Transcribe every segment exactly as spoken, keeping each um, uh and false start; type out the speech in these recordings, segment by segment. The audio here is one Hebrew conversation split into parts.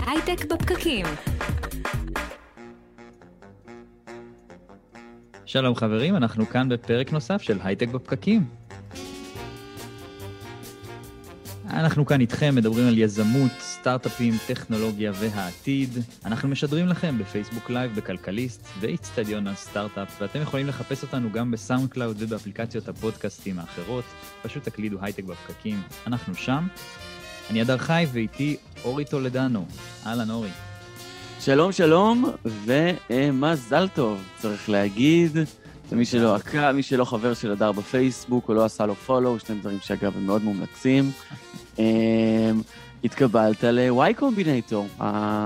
הייטק בפקקים. שלום חברים, אנחנו כאן בפרק נוסף של הייטק בפקקים. אנחנו כאן איתכם מדברים על יזמות, סטארט-אפים, טכנולוגיה והעתיד. אנחנו משדרים לכם בפייסבוק לייב, בכלכליסט ואיצטדיון הסטארט-אפ, ואתם יכולים לחפש אותנו גם בסאונד קלאוד ובאפליקציות הפודקאסטים האחרות. פשוט תקלידו הייטק בפקקים, אנחנו שם. אני אדר חי ואיתי אורי טולדנו. אהלן אורי. שלום שלום ומזל טוב, צריך להגיד. מי שלא עקב, מי שלא חבר של אדר בפייסבוק או לא עשה לו פולו, שני דברים שאגב הם מאוד מומלצים. התקבלת ל-Y Combinator,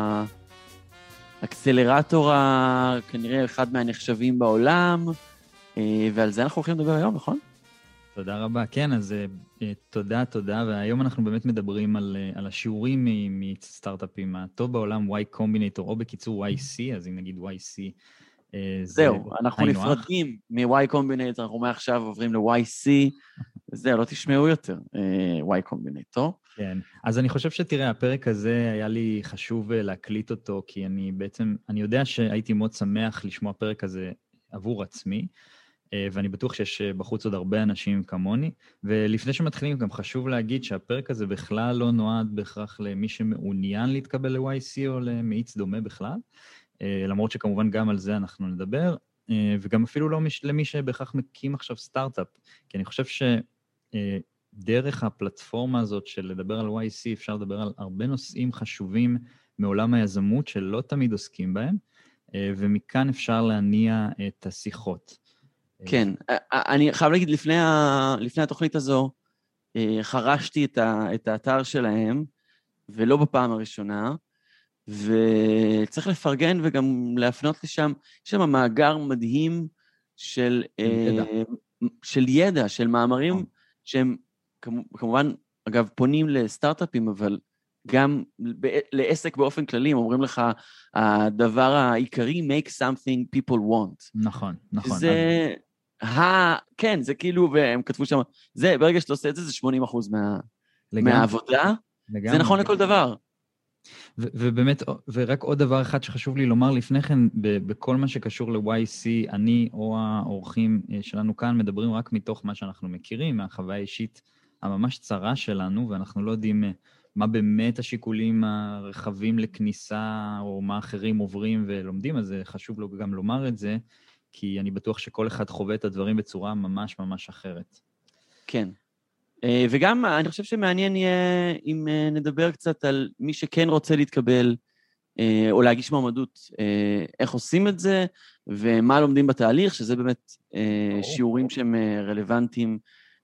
האקסלרטור כנראה אחד מהנחשבים בעולם, ועל זה אנחנו הולכים לדבר היום, נכון? תודה רבה. כן, אז תודה, תודה. והיום אנחנו באמת מדברים על, על השיעורים מסטארט-אפים הטוב בעולם, Y Combinator, או בקיצור Y C, אז אם נגיד Y C, זהו, אנחנו נפרדים מ-Y Combinator, אנחנו מעכשיו עוברים ל-Y C, זהו, לא תשמעו יותר, Y Combinator. כן, אז אני חושב שתראה, הפרק הזה היה לי חשוב להקליט אותו, כי אני בעצם, אני יודע שהייתי מאוד שמח לשמוע פרק הזה עבור עצמי, ואני בטוח שיש בחוץ עוד הרבה אנשים כמוני, ולפני שמתחילים גם חשוב להגיד שהפרק הזה בכלל לא נועד בהכרח למי שמעוניין להתקבל ל-Y C או למאיץ דומה בכלל, למרות שכמובן גם על זה אנחנו נדבר, וגם אפילו לא למי שבהכרח מקים עכשיו סטארט-אפ, כי אני חושב שדרך הפלטפורמה הזאת של לדבר על Y C אפשר לדבר על הרבה נושאים חשובים מעולם היזמות שלא תמיד עוסקים בהם, ומכאן אפשר להניע את השיחות. כן, אני חייב להגיד, לפני, ה... לפני התוכנית הזו, חרשתי את, ה... את האתר שלהם, ולא בפעם הראשונה, וצריך לפרגן וגם להפנות לשם, יש שם מאגר מדהים של ידע, של, ידע, של מאמרים, שהם כמובן, אגב, פונים לסטארט-אפים, אבל גם לעסק באופן כללי, אומרים לך, הדבר העיקרי, make something people want. נכון, נכון. זה, ה... כן, זה כאילו, והם כתבו שם, זה, ברגע שאתה עושה את זה, זה שמונים אחוז מה... מהעבודה, זה נכון לכל דבר. ו- ובאמת, ורק עוד דבר אחד שחשוב לי לומר לפני כן, ב- בכל מה שקשור ל-Y C, אני או האורחים שלנו כאן מדברים רק מתוך מה שאנחנו מכירים, מהחוויה האישית הממש צרה שלנו, ואנחנו לא יודעים מה באמת השיקולים הרחבים לכניסה, או מה אחרים עוברים ולומדים, אז חשוב לו גם לומר את זה, כי אני בטוח שכל אחד חווה את הדברים בצורה ממש ממש אחרת. כן. וגם אני חושב שמעניין יהיה אם נדבר קצת על מי שכן רוצה להתקבל, או להגיש מועמדות, איך עושים את זה, ומה לומדים בתהליך, שזה באמת שיעורים שהם רלוונטיים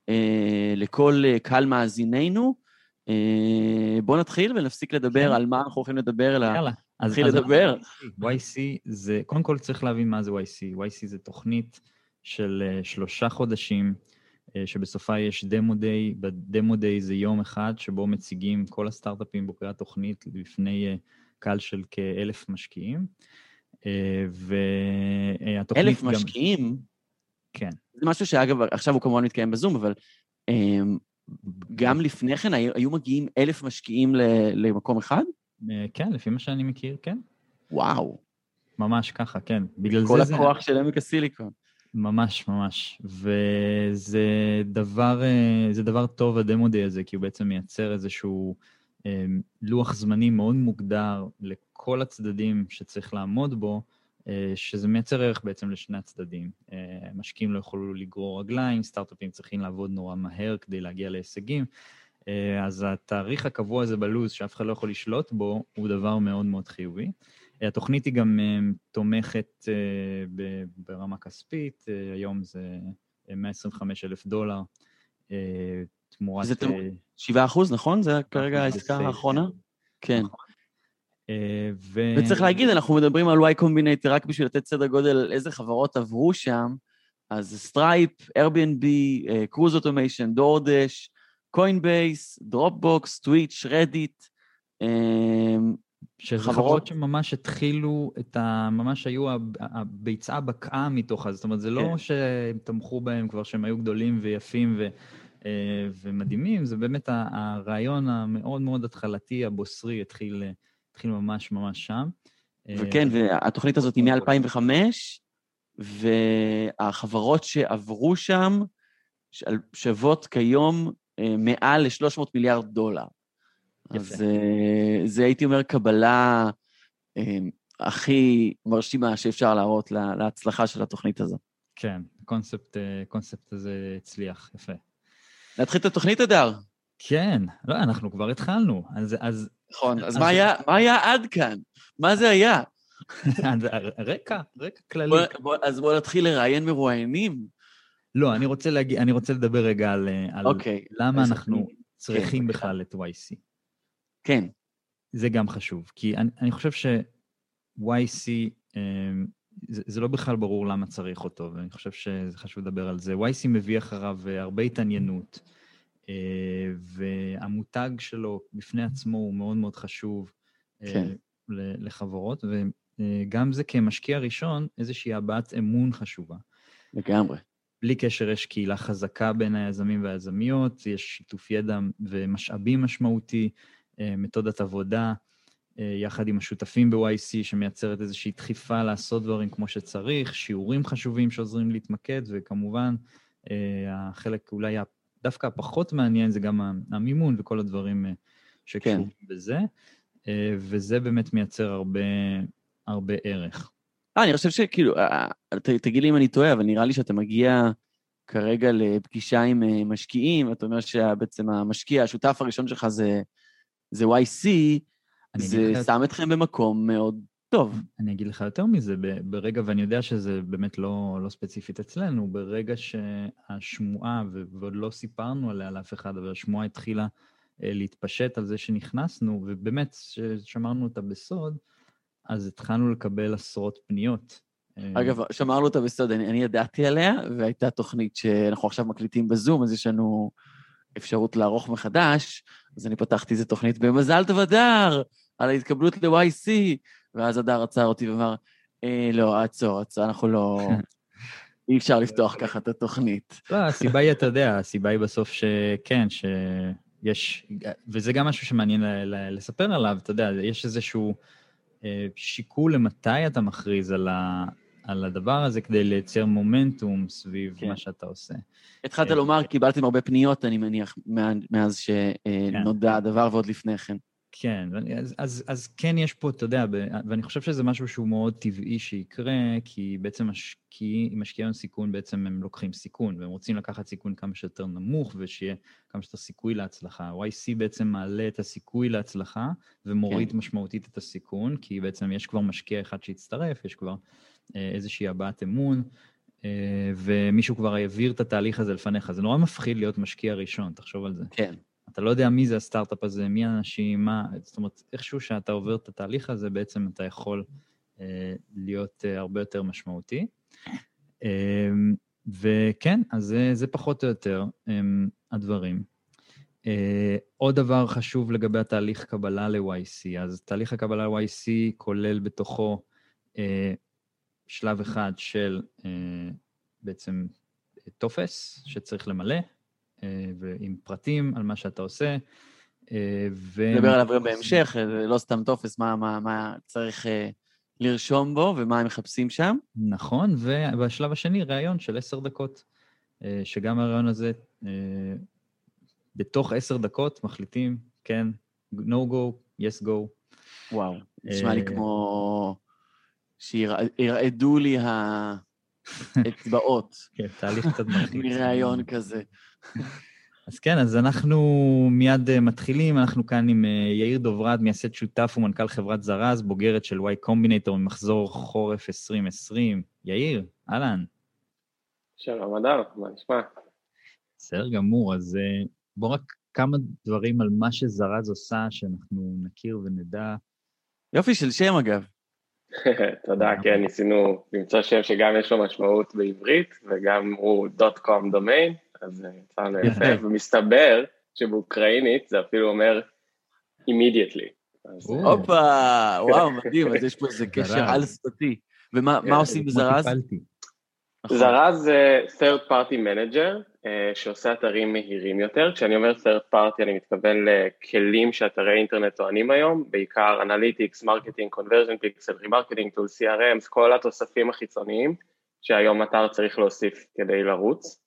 לכל קהל מאזיננו. בואו נתחיל ונפסיק לדבר על מה אנחנו הולכים לדבר, אלא נתחיל לדבר. Y C זה, קודם כל צריך להבין מה זה Y C. Y C זה תוכנית של שלושה חודשים, שבסופה יש דמו דיי, בדמו דיי זה יום אחד שבו מציגים כל הסטארט-אפים בוקרי התוכנית לפני קהל של כאלף משקיעים. והתוכנית אלף גם... משקיעים? כן. זה משהו שאגב, עכשיו הוא כמובן מתקיים בזום, אבל גם לפני כן היו מגיעים אלף משקיעים למקום אחד? כן, לפי מה שאני מכיר, כן. וואו. ממש ככה, כן. בגלל כל זה הכוח זה... של עמק הסיליקון. ממש, ממש. וזה דבר, זה דבר טוב, הדמו דיי הזה, כי הוא בעצם מייצר איזשהו לוח זמנים מאוד מוגדר לכל הצדדים שצריך לעמוד בו, שזה מייצר ערך בעצם לשני הצדדים. משקיעים לא יכולו לגרור רגליים, סטארט-אפים צריכים לעבוד נורא מהר כדי להגיע להישגים, אז התאריך הקבוע הזה בלוז, שאף אחד לא יכול לשלוט בו, הוא דבר מאוד מאוד חיובי. התוכנית היא גם תומכת ברמה כספית, היום זה מאה עשרים וחמישה אלף דולר, תמורת... זה שבעה אחוז, נכון? זה כרגע העסקה האחרונה? כן. וצריך להגיד, אנחנו מדברים על Y Combinator רק בשביל לתת סדר גודל על איזה חברות עברו שם, אז סטרייפ, Airbnb, Cruise Automation, DoorDash, Coinbase, Dropbox, Twitch, Reddit, שזה חברות שממש התחילו את ה... ממש היו הביצה בקעה מתוך הזה, זאת אומרת, זה לא שהם תמכו בהם כבר שהם היו גדולים ויפים ו... ומדהימים, זה באמת הרעיון המאוד מאוד התחלתי, הבוסרי, התחיל התחיל ממש ממש שם. וכן, והתוכנית הזאת היא מ-אלפיים וחמש, והחברות שעברו שם שוות כיום מעל ל-שלוש מאות מיליארד דולר. אז זה הייתי אומר קבלה הכי מרשימה שאפשר להראות להצלחה של התוכנית הזאת. כן, הקונספט, הקונספט הזה הצליח, יפה. להתחיל את התוכנית, אדר? כן, לא, אנחנו כבר התחלנו. אז, אז, נכון, אז, אז מה, היה, מה היה עד כאן? מה זה היה? רקע, רקע כללי. בוא, בוא, אז בוא נתחיל לראיין מרואיינים. לא, אני רוצה, להגיע, אני רוצה לדבר רגע על, על okay, למה אנחנו אני... צריכים כן, בכלל את וואי סי. כן. זה גם חשוב, כי אני, אני חושב ש-וואי סי, זה, זה לא בכלל ברור למה צריך אותו, ואני חושב שזה חשוב לדבר על זה. וואי סי מביא אחריו הרבה התעניינות, והמותג שלו בפני עצמו הוא מאוד מאוד חשוב כן. לחברות, וגם זה כמשקיע ראשון, איזושהי הבעת אמון חשובה. לגמרי. בלי קשר יש קהילה חזקה בין היזמים והיזמיות, יש שיתוף ידע ומשאבים משמעותי, מתודת עבודה, יחד עם השותפים ב-וואי סי, שמייצרת איזושהי דחיפה לעשות דברים כמו שצריך, שיעורים חשובים שעוזרים להתמקד, וכמובן, החלק אולי דווקא הפחות מעניין, זה גם המימון וכל הדברים שקשורים כן. בזה, וזה באמת מייצר הרבה, הרבה ערך. אה, אני חושב שכאילו, תגיד לי אם אני טועה, אבל נראה לי שאתה מגיע כרגע לפגישה עם משקיעים, אתה אומר שבעצם המשקיע, השותף הראשון שלך זה, זה וואי סי, זה שם אתכם במקום מאוד טוב. אני אגיד לך יותר מזה, ברגע, ואני יודע שזה באמת לא, לא ספציפית אצלנו, ברגע שהשמועה, ועוד לא סיפרנו עליה לאף אחד, אבל השמועה התחילה להתפשט על זה שנכנסנו, ובאמת שמרנו אותה בסוד, אז התחלנו לקבל עשרות פניות. אגב, שמרנו אותה בסוד, אני, אני ידעתי עליה, והייתה תוכנית שאנחנו עכשיו מקליטים בזום, אז יש לנו אפשרות לערוך מחדש, אז אני פתחתי איזו תוכנית במזל טוב אדר, על ההתקבלות ל-וואי סי, ואז אדר עצר אותי ואמר, אה, לא, עצור, עצור, אנחנו לא... אי אפשר לפתוח ככה את התוכנית. לא, הסיבה היא, אתה יודע, הסיבה היא בסוף שכן, שיש, וזה גם משהו שמעניין לספר עליו, אתה יודע, יש איזשהו שיקול למתי אתה מכריז על ה... על הדבר הזה, כדי לייצר מומנטום סביב כן. מה שאתה עושה. התחלת לומר, קיבלתם הרבה פניות, אני מניח, מאז שנודע כן. הדבר ועוד לפני כן. כן, אז, אז, אז כן יש פה, אתה יודע, ואני חושב שזה משהו שהוא מאוד טבעי שיקרה, כי בעצם משקיע, משקיעי סיכון בעצם הם לוקחים סיכון, והם רוצים לקחת סיכון כמה שיותר נמוך, ושיהיה כמה שיותר סיכוי להצלחה. וואי סי בעצם מעלה את הסיכוי להצלחה, ומוריד כן. משמעותית את הסיכון, כי בעצם יש כבר משקיע אחד שהצטרף, יש כבר איזושהי הבעת אמון, ומישהו כבר העביר את התהליך הזה לפניך. זה נורא מפחיד להיות משקיע ראשון, תחשוב על זה. כן. אתה לא יודע מי זה הסטארט-אפ הזה, מי האנשים, מה, זאת אומרת, איכשהו שאתה עובר את התהליך הזה, בעצם אתה יכול אה, להיות אה, הרבה יותר משמעותי. אה, וכן, אז זה, זה פחות או יותר אה, הדברים. אה, עוד דבר חשוב לגבי התהליך קבלה ל-וואי סי, אז תהליך הקבלה ל-וואי סי כולל בתוכו אה, שלב אחד של אה, בעצם טופס שצריך למלא, ועם פרטים על מה שאתה עושה. נדבר עליו גם בהמשך, לא סתם טופס, מה, מה, מה צריך לרשום בו, ומה הם מחפשים שם. נכון, ובשלב השני, ראיון של עשר דקות, שגם הראיון הזה, בתוך עשר דקות מחליטים, כן, no go, yes go. וואו, נשמע לי כמו שירעדו לי האצבעות. כן, תהליך קצת מרחיק. מראיון כזה. אז כן, אז אנחנו מיד מתחילים, אנחנו כאן עם יאיר דוברד, מייסד שותף ומנכ"ל חברת זרז, בוגרת של Y Combinator ממחזור חורף עשרים עשרים. יאיר, אהלן. שלום אדר, מה נשמע? בסדר גמור, אז בוא רק כמה דברים על מה שזרז עושה, שאנחנו נכיר ונדע. יופי של שם אגב. תודה, כן, ניסינו למצוא שם שגם יש לו משמעות בעברית, וגם הוא .com דומיין, אז יצאנו יפה, ומסתבר שבאוקראינית זה אפילו אומר immediately. הופה, וואו, מדהים, אז יש פה איזה קשר על-שפתי. ומה עושים בזרז? זרז זה third party manager, שעושה אתרים מהירים יותר. כשאני אומר third party, אני מתכוון לכלים שאתרי אינטרנט טוענים היום, בעיקר אנליטיקס, מרקטינג, קונברז'ן פיקסל, רימרקטינג, טול סי אר אם, כל התוספים החיצוניים שהיום אתר צריך להוסיף כדי לרוץ.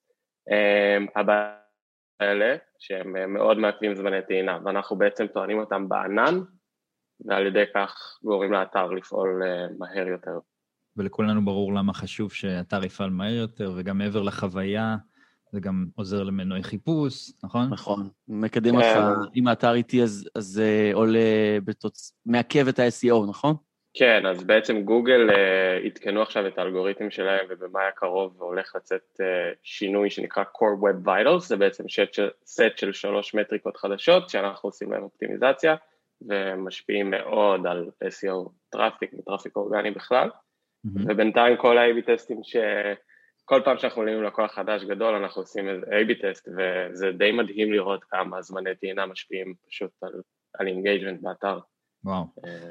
הבעיה האלה, שהם מאוד מעכבים זמני טעינה, ואנחנו בעצם טוענים אותם בענן, ועל ידי כך גורמים לאתר לפעול מהר יותר. ולכולנו ברור למה חשוב שאתר יפעל מהר יותר, וגם מעבר לחוויה, זה גם עוזר למנועי חיפוש, נכון? נכון. מקדם אותך, אם האתר איתי, אז זה עולה בתוצ... מעכב את ה-אס אי או, נכון? כן, אז בעצם גוגל התקנו עכשיו את האלגוריתם שלהם, ובמאי הקרוב הולך לצאת שינוי שנקרא Core Web Vitals, זה בעצם סט של שלוש מטריקות חדשות, שאנחנו עושים להם אופטימיזציה, ומשפיעים מאוד על אס אי או טראפיק וטראפיק אורגני בכלל, ובינתיים כל ה-איי בי טסטים שכל פעם שאנחנו עולים לקוח חדש גדול, אנחנו עושים איזה איי בי טסט, וזה די מדהים לראות כמה זמני טעינה משפיעים פשוט על, על engagement באתר. וואו.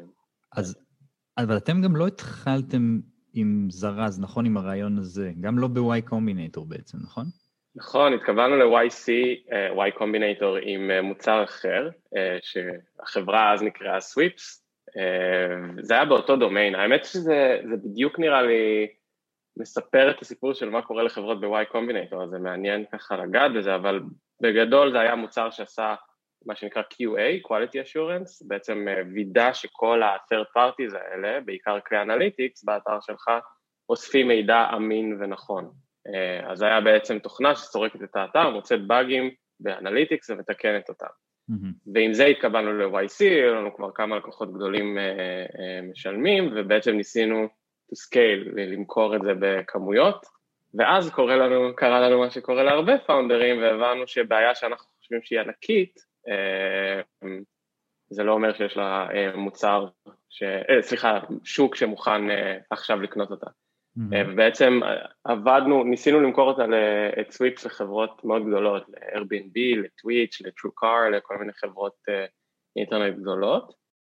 אז, אבל אתם גם לא התחלתם עם זרז, נכון, עם הרעיון הזה, גם לא ב-Y Combinator בעצם, נכון? נכון, התכוונו ל-וואי סי, Y Combinator עם מוצר אחר, שהחברה אז נקראה Sweeps, זה היה באותו דומיין, האמת שזה זה בדיוק נראה לי מספר את הסיפור של מה קורה לחברות ב-Y Combinator, אז זה מעניין ככה לגעת בזה, אבל בגדול זה היה מוצר שעשה מה שנקרא קיו איי, Quality Assurance, בעצם וידא שכל ה-third parties האלה, בעיקר כלי אנליטיקס באתר שלך, אוספים מידע אמין ונכון. אז היה בעצם תוכנה שסורקת את האתר, מוצאת באגים באנליטיקס ומתקנת אותם. Mm-hmm. ועם זה התקבלנו ל-וואי סי, היו לנו כבר כמה לקוחות גדולים uh, uh, משלמים, ובעצם ניסינו to scale, למכור את זה בכמויות, ואז קורה לנו, קרה לנו מה שקורה להרבה פאונדרים, והבנו שבעיה שאנחנו חושבים שהיא ענקית, uh, זה לא אומר שיש לה uh, מוצר, ש... uh, סליחה, שוק שמוכן uh, עכשיו לקנות אותה. ובעצם עבדנו, ניסינו למכור אותה את סוויפס לחברות מאוד גדולות, ל-Airbnb, לטוויץ', לטרוקאר, לכל מיני חברות אינטרנט גדולות.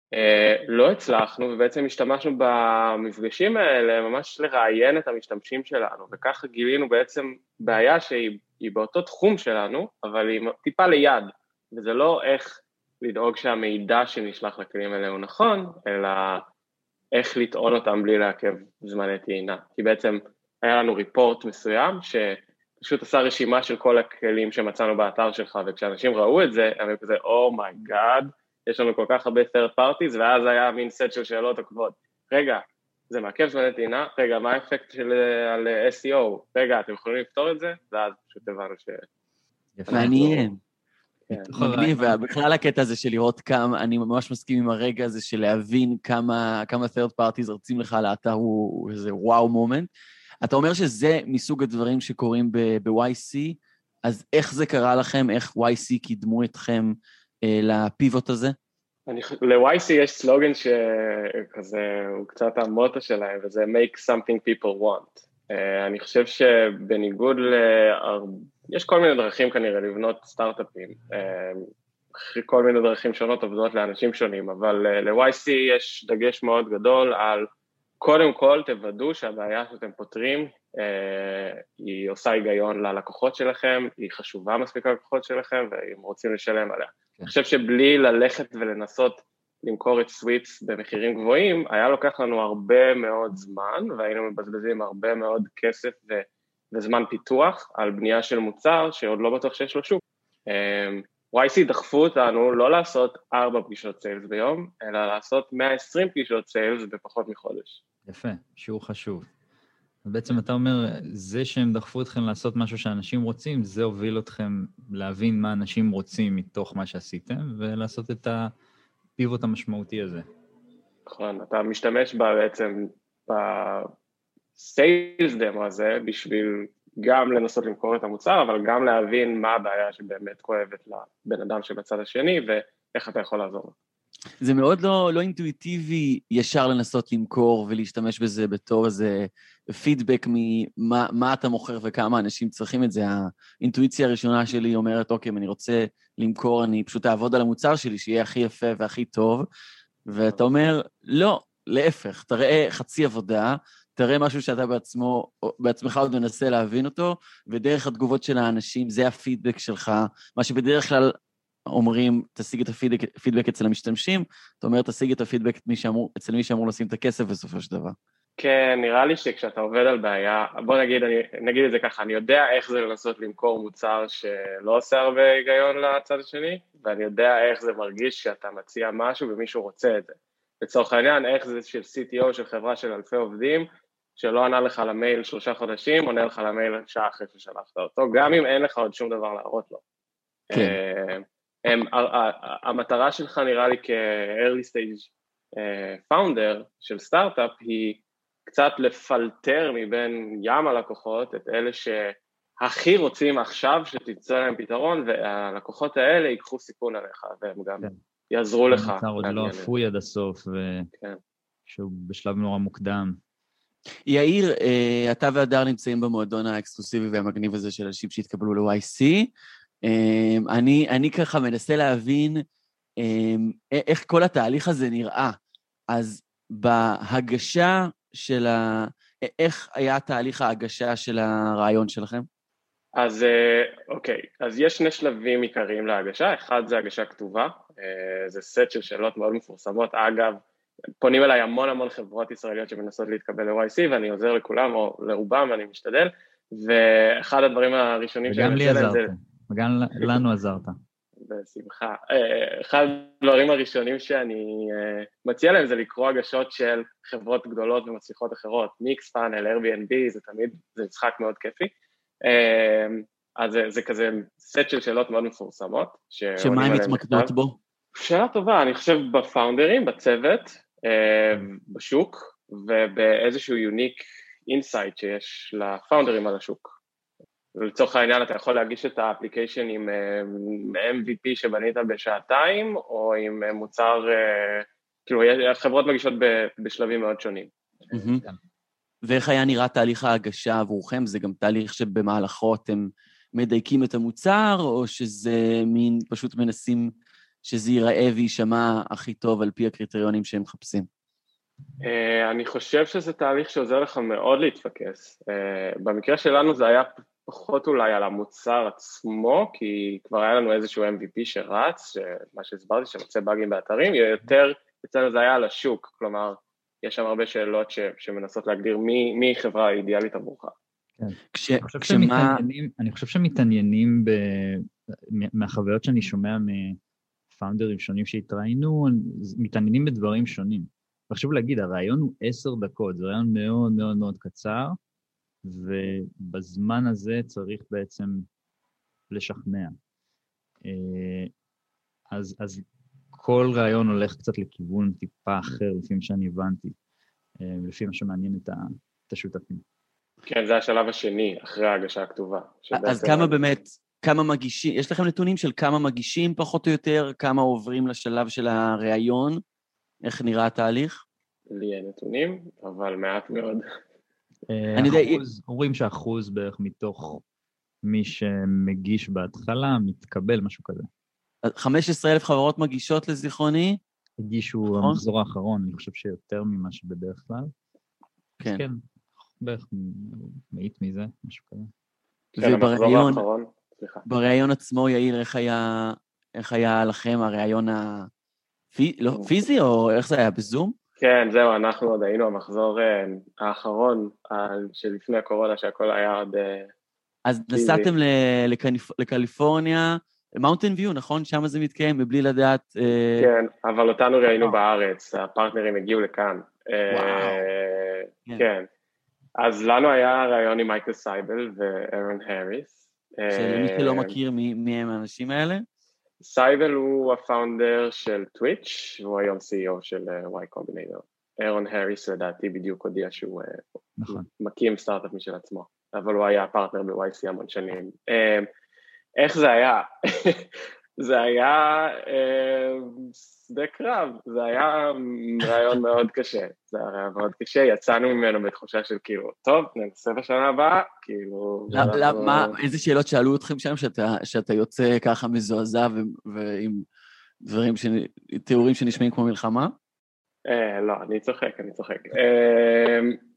לא הצלחנו, ובעצם השתמשנו במפגשים האלה, ממש לראיין את המשתמשים שלנו, וככה גילינו בעצם בעיה שהיא באותו תחום שלנו, אבל היא טיפה ליד, וזה לא איך לדאוג שהמידע שנשלח לכלים האלה הוא נכון, אלא איך לטעון אותם בלי לעכב זמני טעינה. כי בעצם היה לנו ריפורט מסוים, שפשוט עשה רשימה של כל הכלים שמצאנו באתר שלך, וכשאנשים ראו את זה, הם היו כזה, Oh my God, יש לנו כל כך הרבה third parties, ואז היה מין סט של שאלות עוקבות. רגע, זה מעכב זמני טעינה? רגע, מה האפקט של על אס אי או? רגע, אתם יכולים לפתור את זה? ואז פשוט הבנו ש... מעניין. מגניב, ובכלל הקטע הזה של לראות כמה, אני ממש מסכים עם הרגע הזה של להבין כמה, כמה third parties רצים לך לאתר, הוא איזה וואו מומנט. אתה אומר שזה מסוג הדברים שקורים ב-וואי סי, אז איך זה קרה לכם, איך וואי סי קידמו אתכם אה, לפיבוט הזה? ל-וואי סי יש סלוגן שכזה, הוא קצת המוטו שלהם, וזה make something people want. Uh, אני חושב שבניגוד ל... יש כל מיני דרכים כנראה לבנות סטארט-אפים, uh, כל מיני דרכים שונות עובדות לאנשים שונים, אבל uh, ל-וואי סי יש דגש מאוד גדול על קודם כל תוודאו שהבעיה שאתם פותרים, uh, היא עושה היגיון ללקוחות שלכם, היא חשובה מספיק ללקוחות שלכם, והם רוצים לשלם עליה. Okay. אני חושב שבלי ללכת ולנסות למכור את סוויפס במחירים גבוהים, היה לוקח לנו הרבה מאוד זמן, והיינו מבזבזים הרבה מאוד כסף ו- וזמן פיתוח על בנייה של מוצר, שעוד לא בטוח שיש לו שוק. וואי סי דחפו אותנו לא לעשות ארבע פגישות סיילס ביום, אלא לעשות מאה ועשרים פגישות סיילס בפחות מחודש. יפה, שיעור חשוב. בעצם אתה אומר, זה שהם דחפו אתכם לעשות משהו שאנשים רוצים, זה הוביל אתכם להבין מה אנשים רוצים מתוך מה שעשיתם, ולעשות את ה... פיבוט המשמעותי הזה. נכון, אתה משתמש בה בעצם בסיילס דמו הזה, בשביל גם לנסות למכור את המוצר, אבל גם להבין מה הבעיה שבאמת כואבת לבן אדם שבצד השני, ואיך אתה יכול לעזור. זה מאוד לא, לא אינטואיטיבי ישר לנסות למכור ולהשתמש בזה בתור איזה פידבק ממה מה אתה מוכר וכמה אנשים צריכים את זה. האינטואיציה הראשונה שלי אומרת, אוקיי, אם אני רוצה למכור, אני פשוט אעבוד על המוצר שלי, שיהיה הכי יפה והכי טוב, ואתה אומר, לא, להפך, תראה חצי עבודה, ת, תראה משהו שאתה בעצמו, בעצמך עוד מנסה להבין אותו, ודרך התגובות של האנשים, זה הפידבק שלך, מה שבדרך כלל אומרים, תשיג את הפידבק אצל המשתמשים, אתה אומר, תשיג את הפידבק אצל מי שאמור לשים את הכסף בסופו של דבר. כן, נראה לי שכשאתה עובד על בעיה, בוא נגיד, אני, נגיד את זה ככה, אני יודע איך זה לנסות למכור מוצר שלא עושה הרבה היגיון לצד השני, ואני יודע איך זה מרגיש שאתה מציע משהו ומישהו רוצה את זה. לצורך העניין, איך זה של סי טי או של חברה של אלפי עובדים, שלא ענה לך למייל שלושה חודשים, עונה לך למייל שעה אחרי ששלחת אותו, גם אם אין לך עוד שום דבר להראות לו. כן. הם, המטרה שלך נראה לי כ-early stage founder של סטארט-אפ היא קצת לפלטר מבין ים הלקוחות את אלה שהכי רוצים עכשיו שתמצא להם פתרון, והלקוחות האלה ייקחו סיכון עליך, והם גם כן. יעזרו לך. המוצר עוד לא אפוי עד הסוף, ושהוא כן. בשלב נורא מוקדם. יאיר, אתה והדר נמצאים במועדון האקסקלוסיבי והמגניב הזה של אנשים שהתקבלו ל-וואי סי, אני, אני ככה מנסה להבין איך כל התהליך הזה נראה. אז בהגשה של ה... איך היה תהליך ההגשה של הרעיון שלכם? אז אוקיי, אז יש שני שלבים עיקריים להגשה, אחד זה הגשה כתובה, זה סט של שאלות מאוד מפורסמות, אגב, פונים אליי המון המון חברות ישראליות שמנסות להתקבל ל-וואי סי, ואני עוזר לכולם, או לרובם, אני משתדל, ואחד הדברים הראשונים וגם לי עזרת, זה... וגם לנו עזרת. בשמחה. אחד הדברים הראשונים שאני מציע להם זה לקרוא הגשות של חברות גדולות ומצליחות אחרות, מיקספאנל, Airbnb, זה תמיד, זה משחק מאוד כיפי. אז זה, זה כזה סט של שאלות מאוד מפורסמות. שמה הם מתמקדות בו? שאלה טובה, אני חושב בפאונדרים, בצוות, בשוק, ובאיזשהו יוניק אינסייט שיש לפאונדרים על השוק. ולצורך העניין אתה יכול להגיש את האפליקיישן עם אם וי פי שבנית בשעתיים, או עם מוצר, כאילו, חברות מגישות בשלבים מאוד שונים. ואיך היה נראה תהליך ההגשה עבורכם? זה גם תהליך שבמהלכו אתם מדייקים את המוצר, או שזה מין פשוט מנסים שזה ייראה וישמע הכי טוב על פי הקריטריונים שהם מחפשים? אני חושב שזה תהליך שעוזר לך מאוד להתפקס. במקרה שלנו זה היה פחות אולי על המוצר עצמו, כי כבר היה לנו איזשהו אם וי פי שרץ, מה שהסברתי, שמצא באגים באתרים, יותר אצלנו זה היה על השוק, כלומר, יש שם הרבה שאלות ש, שמנסות להגדיר מי, מי חברה האידיאלית עבורך. כן. כש, אני, חושב כשמה... אני חושב שמתעניינים, ב... מהחוויות שאני שומע מפאונדרים שונים שהתראינו, מתעניינים בדברים שונים. וחשוב להגיד, הרעיון הוא עשר דקות, זה רעיון מאוד מאוד מאוד קצר, ובזמן הזה צריך בעצם לשכנע. אז, אז כל רעיון הולך קצת לכיוון טיפה אחר, לפי מה שאני הבנתי, לפי מה שמעניין את, ה, את השותפים. כן, זה השלב השני, אחרי ההגשה הכתובה. אז כמה באמת, כמה מגישים, יש לכם נתונים של כמה מגישים פחות או יותר, כמה עוברים לשלב של הרעיון, איך נראה התהליך? לי אין נתונים, אבל מעט מאוד. אני יודע, אומרים שאחוז בערך מתוך מי שמגיש בהתחלה, מתקבל משהו כזה. חמש עשרה אלף חברות מגישות לזיכרוני? הגישו המחזור האחרון, אני חושב שיותר ממה שבדרך כלל. כן. כן, בערך מאית מזה, משהו כזה. ובראיון, בראיון עצמו, יאיר, איך היה, איך היה לכם הרעיון הפיזי, או איך זה היה, בזום? כן, זהו, אנחנו עוד היינו המחזור האחרון שלפני הקורונה, שהכל היה עוד... אז נסעתם לקליפורניה, מאונטן ויו, נכון? שם זה מתקיים, מבלי לדעת... כן, אבל אותנו ראינו בארץ, הפרטנרים הגיעו לכאן. וואו. כן. אז לנו היה רעיון עם מייקל סייבל ואירון האריס. שמי שלא מכיר מי הם האנשים האלה? סייבל הוא הפאונדר של טוויץ', והוא היום סי אי או של Y Combinator. אירון האריס לדעתי בדיוק הודיע שהוא מקים סטארט-אפ משל עצמו, אבל הוא היה פרטנר ב-וואי סי המון שנים. איך זה היה? זה היה שדה קרב, זה היה רעיון מאוד קשה, זה היה רעיון מאוד קשה, יצאנו ממנו בתחושה של כאילו, טוב, ננסה בשנה הבאה, כאילו... מה, איזה שאלות שאלו אתכם שם, שאתה יוצא ככה מזועזע ועם דברים, תיאורים שנשמעים כמו מלחמה? לא, אני צוחק, אני צוחק.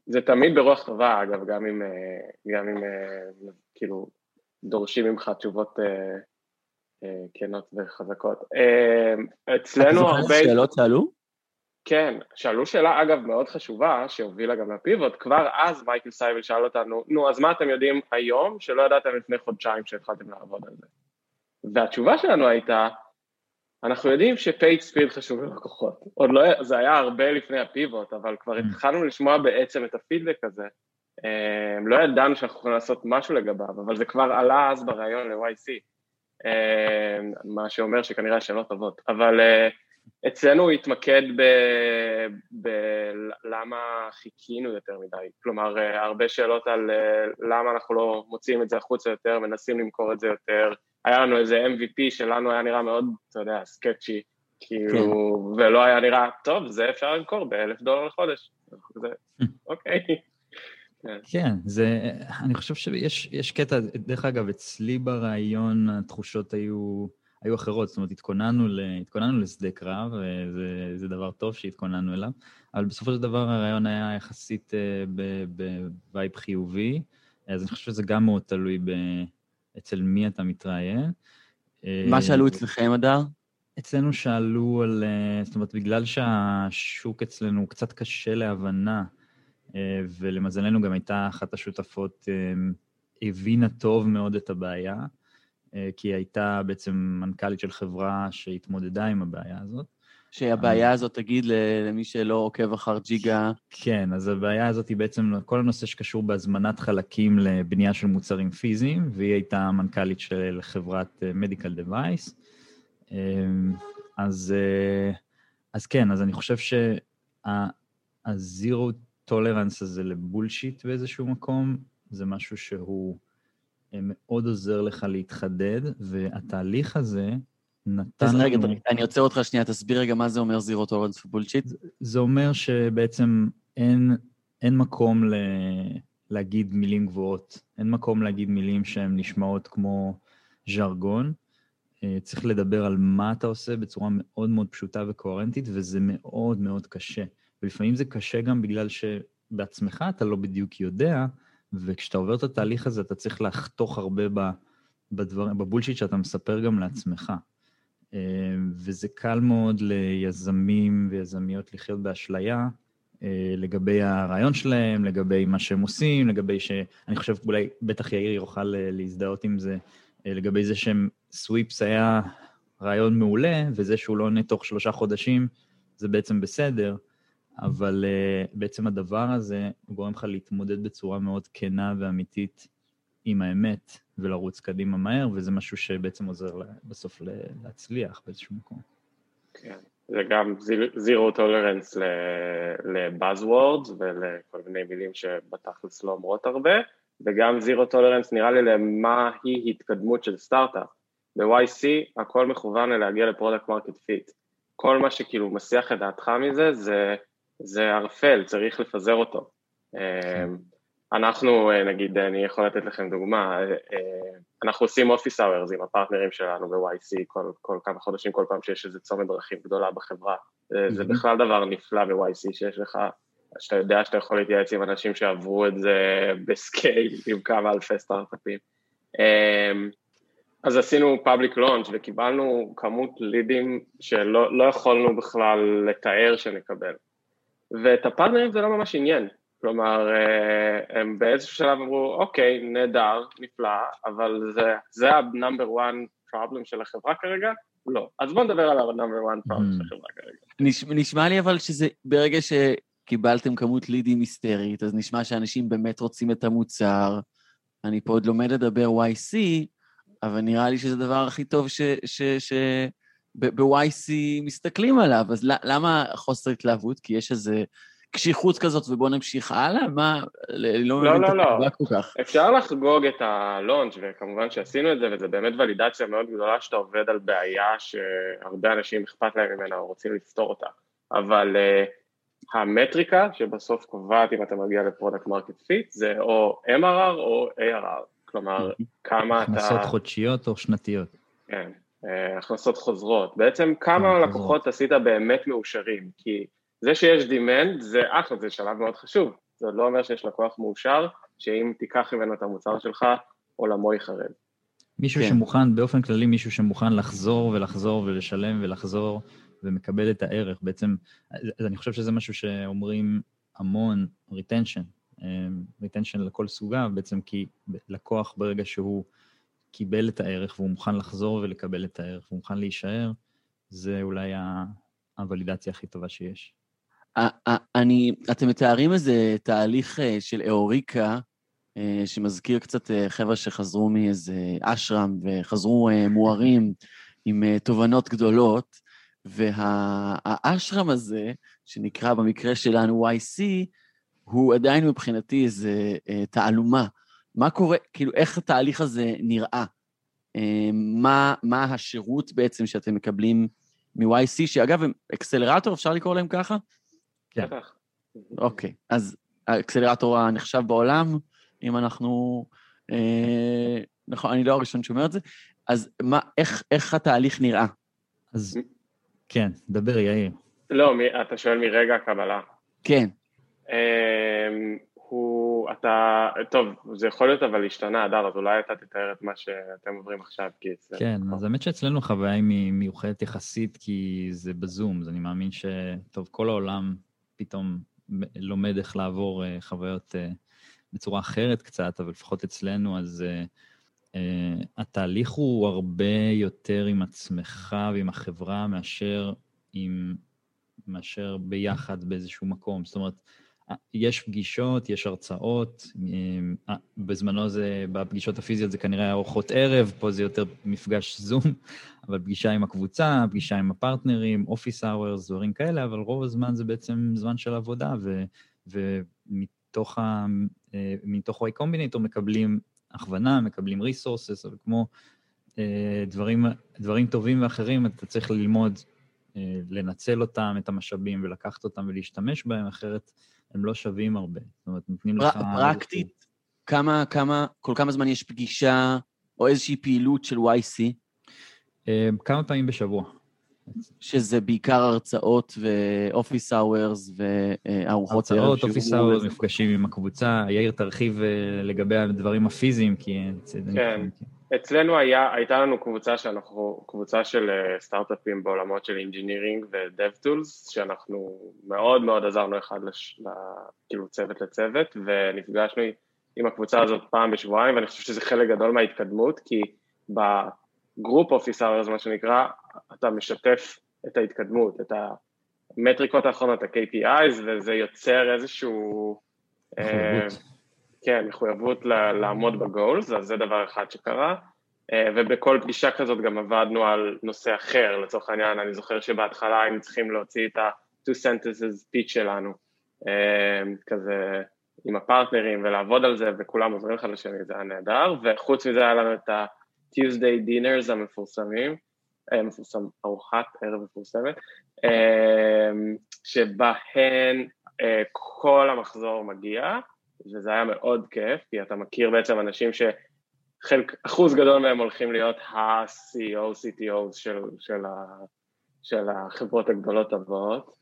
זה תמיד ברוח טובה, אגב, גם אם, גם אם כאילו דורשים ממך תשובות כנות וחזקות. אצלנו הרבה... אתה זוכר שאלות שאלו? כן, שאלו שאלה, אגב, מאוד חשובה, שהובילה גם לפיבוט, כבר אז מייקל סייבל שאל אותנו, נו, אז מה אתם יודעים היום, שלא ידעתם לפני חודשיים שהתחלתם לעבוד על זה? והתשובה שלנו הייתה, אנחנו יודעים שפייג' ספיד חשוב ללקוחות. עוד לא, זה היה הרבה לפני הפיבוט, אבל כבר התחלנו לשמוע בעצם את הפידבק הזה. לא ידענו שאנחנו יכולים לעשות משהו לגביו, אבל זה כבר עלה אז ברעיון ל-וואי סי, מה שאומר שכנראה שאלות טובות. אבל אצלנו הוא התמקד בלמה חיכינו יותר מדי. כלומר, הרבה שאלות על למה אנחנו לא מוציאים את זה החוצה יותר, מנסים למכור את זה יותר, היה לנו איזה אם וי פי שלנו היה נראה מאוד, אתה יודע, סקצ'י, כאילו, ולא היה נראה, טוב, זה אפשר למכור באלף דולר לחודש. זה, אוקיי. כן, זה, אני חושב שיש יש קטע, דרך אגב, אצלי ברעיון התחושות היו, היו אחרות, זאת אומרת, התכוננו, ל, התכוננו לשדה קרב, וזה, זה דבר טוב שהתכוננו אליו, אבל בסופו של דבר הרעיון היה יחסית בווייב חיובי, אז אני חושב שזה גם מאוד תלוי ב... אצל מי אתה מתראיין. מה שאלו אצלכם, אדר? אצלנו שאלו על, זאת אומרת, בגלל שהשוק אצלנו קצת קשה להבנה, ולמזלנו גם הייתה אחת השותפות, הבינה טוב מאוד את הבעיה, כי הייתה בעצם מנכ"לית של חברה שהתמודדה עם הבעיה הזאת. שהבעיה הזאת, תגיד למי שלא עוקב אחר ג'יגה. כן, אז הבעיה הזאת היא בעצם כל הנושא שקשור בהזמנת חלקים לבנייה של מוצרים פיזיים, והיא הייתה מנכ"לית של חברת Medical Device. אז, אז כן, אז אני חושב שה-Zero Tolerance הזה לבולשיט באיזשהו מקום, זה משהו שהוא מאוד עוזר לך להתחדד, והתהליך הזה נתן לנו... רגע, אני עוצר אותך שנייה, תסביר רגע מה זה אומר Zero Tolerance ובולשיט. זה אומר שבעצם אין, אין מקום ל... להגיד מילים גבוהות, אין מקום להגיד מילים שהן נשמעות כמו ז'רגון, צריך לדבר על מה אתה עושה בצורה מאוד מאוד פשוטה וקוהרנטית, וזה מאוד מאוד קשה. ולפעמים זה קשה גם בגלל שבעצמך אתה לא בדיוק יודע, וכשאתה עובר את התהליך הזה, אתה צריך לחתוך הרבה בדבר, בבולשיט שאתה מספר גם לעצמך. וזה קל מאוד ליזמים ויזמיות לחיות באשליה, לגבי הרעיון שלהם, לגבי מה שהם עושים, לגבי ש... אני חושב אולי בטח יאיר יוכל להזדהות עם זה, לגבי זה שהם סוויפס היה רעיון מעולה, וזה שהוא לא עונה תוך שלושה חודשים, זה בעצם בסדר, אבל uh, בעצם הדבר הזה הוא גורם לך להתמודד בצורה מאוד כנה ואמיתית עם האמת, ולרוץ קדימה מהר, וזה משהו שבעצם עוזר לה, בסוף להצליח באיזשהו מקום. כן, זה גם זירו טולרנס לבאזוורדס, ולכל מיני מילים שבתכלס לא אומרות הרבה, וגם זירו טולרנס נראה לי למה היא התקדמות של סטארט-אפ. ב-וואי סי הכל מכוון להגיע לפרודקט מרקט פיט. כל מה שכאילו מסיח את דעתך מזה, זה, זה ערפל, צריך לפזר אותו. אנחנו, נגיד, אני יכול לתת לכם דוגמה, אנחנו עושים אופיס אאוורס עם הפרטנרים שלנו ב-וואי סי, כל, כל כמה חודשים, כל פעם שיש איזה צומת דרכים גדולה בחברה. זה בכלל דבר נפלא ב-וואי סי, שיש לך, שאתה יודע שאתה יכול להתייעץ עם אנשים שעברו את זה בסקייל, עם כמה אלפי סטארט-אפים. אז עשינו פאבליק לונץ' וקיבלנו כמות לידים שלא לא יכולנו בכלל לתאר שנקבל. ואת הפרטנרים זה לא ממש עניין. כלומר, הם באיזשהו שלב אמרו, אוקיי, נהדר, נפלא, אבל זה, זה ה-number one problem של החברה כרגע? לא. אז בואו נדבר על ה-number one problem של החברה כרגע. נשמע, נשמע לי אבל שזה, ברגע שקיבלתם כמות לידים היסטרית, אז נשמע שאנשים באמת רוצים את המוצר. אני פה עוד לומד לדבר וואי סי, אבל נראה לי שזה הדבר הכי טוב ש... ש, ש ב-וואי סי מסתכלים עליו, אז למה חוסר התלהבות? כי יש איזה קשיחות כזאת ובוא נמשיך הלאה? מה? לא מבין את התגובה כל כך. אפשר לחגוג את הלונץ' וכמובן שעשינו את זה, וזה באמת ולידציה מאוד גדולה שאתה עובד על בעיה שהרבה אנשים אכפת להם ממנה או רוצים לפתור אותה. אבל uh, המטריקה שבסוף קובעת אם אתה מגיע לפרודקט מרקט פיט, זה או אם אר אר או איי אר אר. כלומר, כמה אתה... הכנסות חודשיות או שנתיות. כן. הכנסות חוזרות. בעצם כמה לקוחות עשית באמת מאושרים, כי זה שיש דימנד זה אחלה, זה שלב מאוד חשוב, זה לא אומר שיש לקוח מאושר, שאם תיקח ממנו את המוצר שלך, עולמו יחרב. מישהו כן. שמוכן, באופן כללי, מישהו שמוכן לחזור ולחזור ולשלם ולחזור, ומקבל את הערך. בעצם, אני חושב שזה משהו שאומרים המון, retention, retention לכל סוגה, בעצם כי לקוח ברגע שהוא קיבל את הערך, והוא מוכן לחזור ולקבל את הערך, והוא מוכן להישאר, זה אולי הוולידציה הכי טובה שיש. אני, אתם מתארים איזה תהליך של אוריקה, שמזכיר קצת חבר'ה שחזרו מאיזה אשרם, וחזרו מוארים עם תובנות גדולות, והאשרם הזה, שנקרא במקרה שלנו וואי סי, הוא עדיין מבחינתי איזה תעלומה. מה קורה, כאילו, איך התהליך הזה נראה? מה, מה השירות בעצם שאתם מקבלים מ-וואי סי, שאגב, אקסלרטור, אפשר לקרוא להם ככה? כן. אוקיי, אז האקסלרטור הנחשב בעולם, אם אנחנו, אה, נכון, אני לא הראשון שאומר את זה, אז מה, איך, איך התהליך נראה? אז, כן, דבר, יאיר. לא, אתה שואל מרגע הקבלה. כן. הוא, אתה, טוב, זה יכול להיות אבל להשתנה, אדר, אז אולי אתה תתאר את מה שאתם עוברים עכשיו, כי זה... כן, אז האמת שאצלנו חוויה היא מיוחדת יחסית, כי זה בזום, אז אני מאמין שטוב, כל העולם פתאום לומד איך לעבור חוויות בצורה אחרת קצת, אבל לפחות אצלנו, אז uh, uh, התהליך הוא הרבה יותר עם עצמך ועם החברה, מאשר, עם, מאשר ביחד באיזשהו מקום. זאת אומרת, יש פגישות, יש הרצאות, uh, בזמנו זה, בפגישות הפיזיות זה כנראה ארוחות ערב, פה זה יותר מפגש זום, אבל פגישה עם הקבוצה, פגישה עם הפרטנרים, אופיס אאוורס, דברים כאלה, אבל רוב הזמן זה בעצם זמן של עבודה, ו... ומתוך ה... מתוך Y Combinator מקבלים הכוונה, מקבלים resources, אבל כמו דברים, דברים טובים ואחרים, אתה צריך ללמוד, לנצל אותם, את המשאבים, ולקחת אותם ולהשתמש בהם, אחרת הם לא שווים הרבה. זאת אומרת, נותנים לך... פרקטית, כמה, כמה, כל כמה זמן יש פגישה, או איזושהי פעילות של וואי סי? כמה פעמים בשבוע. שזה בעיקר הרצאות ואופיס אאוורס וארוחות ערב. הרצאות, אופיס אאוורס, מפגשים עם הקבוצה. יאיר תרחיב לגבי הדברים הפיזיים, כי... כן, אצלנו היה, הייתה לנו קבוצה שאנחנו, קבוצה של סטארט-אפים בעולמות של אינג'ינירינג ודב טולס, שאנחנו מאוד מאוד עזרנו אחד לש, כאילו צוות לצוות, ונפגשנו עם הקבוצה הזאת פעם בשבועיים, ואני חושב שזה חלק גדול מההתקדמות, כי בגרופ אופיס אאוורס, מה שנקרא, אתה משתף את ההתקדמות, את המטריקות האחרונות, ה-קיי פי איז, וזה יוצר איזשהו... מחויבות. כן, מחויבות לעמוד בגולס, אז זה דבר אחד שקרה, ובכל פגישה כזאת גם עבדנו על נושא אחר, לצורך העניין, אני זוכר שבהתחלה היינו צריכים להוציא את ה-two sentences pitch שלנו, כזה עם הפרטנרים, ולעבוד על זה, וכולם עוזרים אחד לשני, זה היה נהדר, וחוץ מזה היה לנו את ה-Tuesday dinners המפורסמים, מפורסם, ארוחת ערב מפורסמת, שבהן כל המחזור מגיע, וזה היה מאוד כיף, כי אתה מכיר בעצם אנשים שחלק, אחוז גדול מהם הולכים להיות ה-סי אי או, סי טי או של, של, ה, של החברות הגדולות הבאות,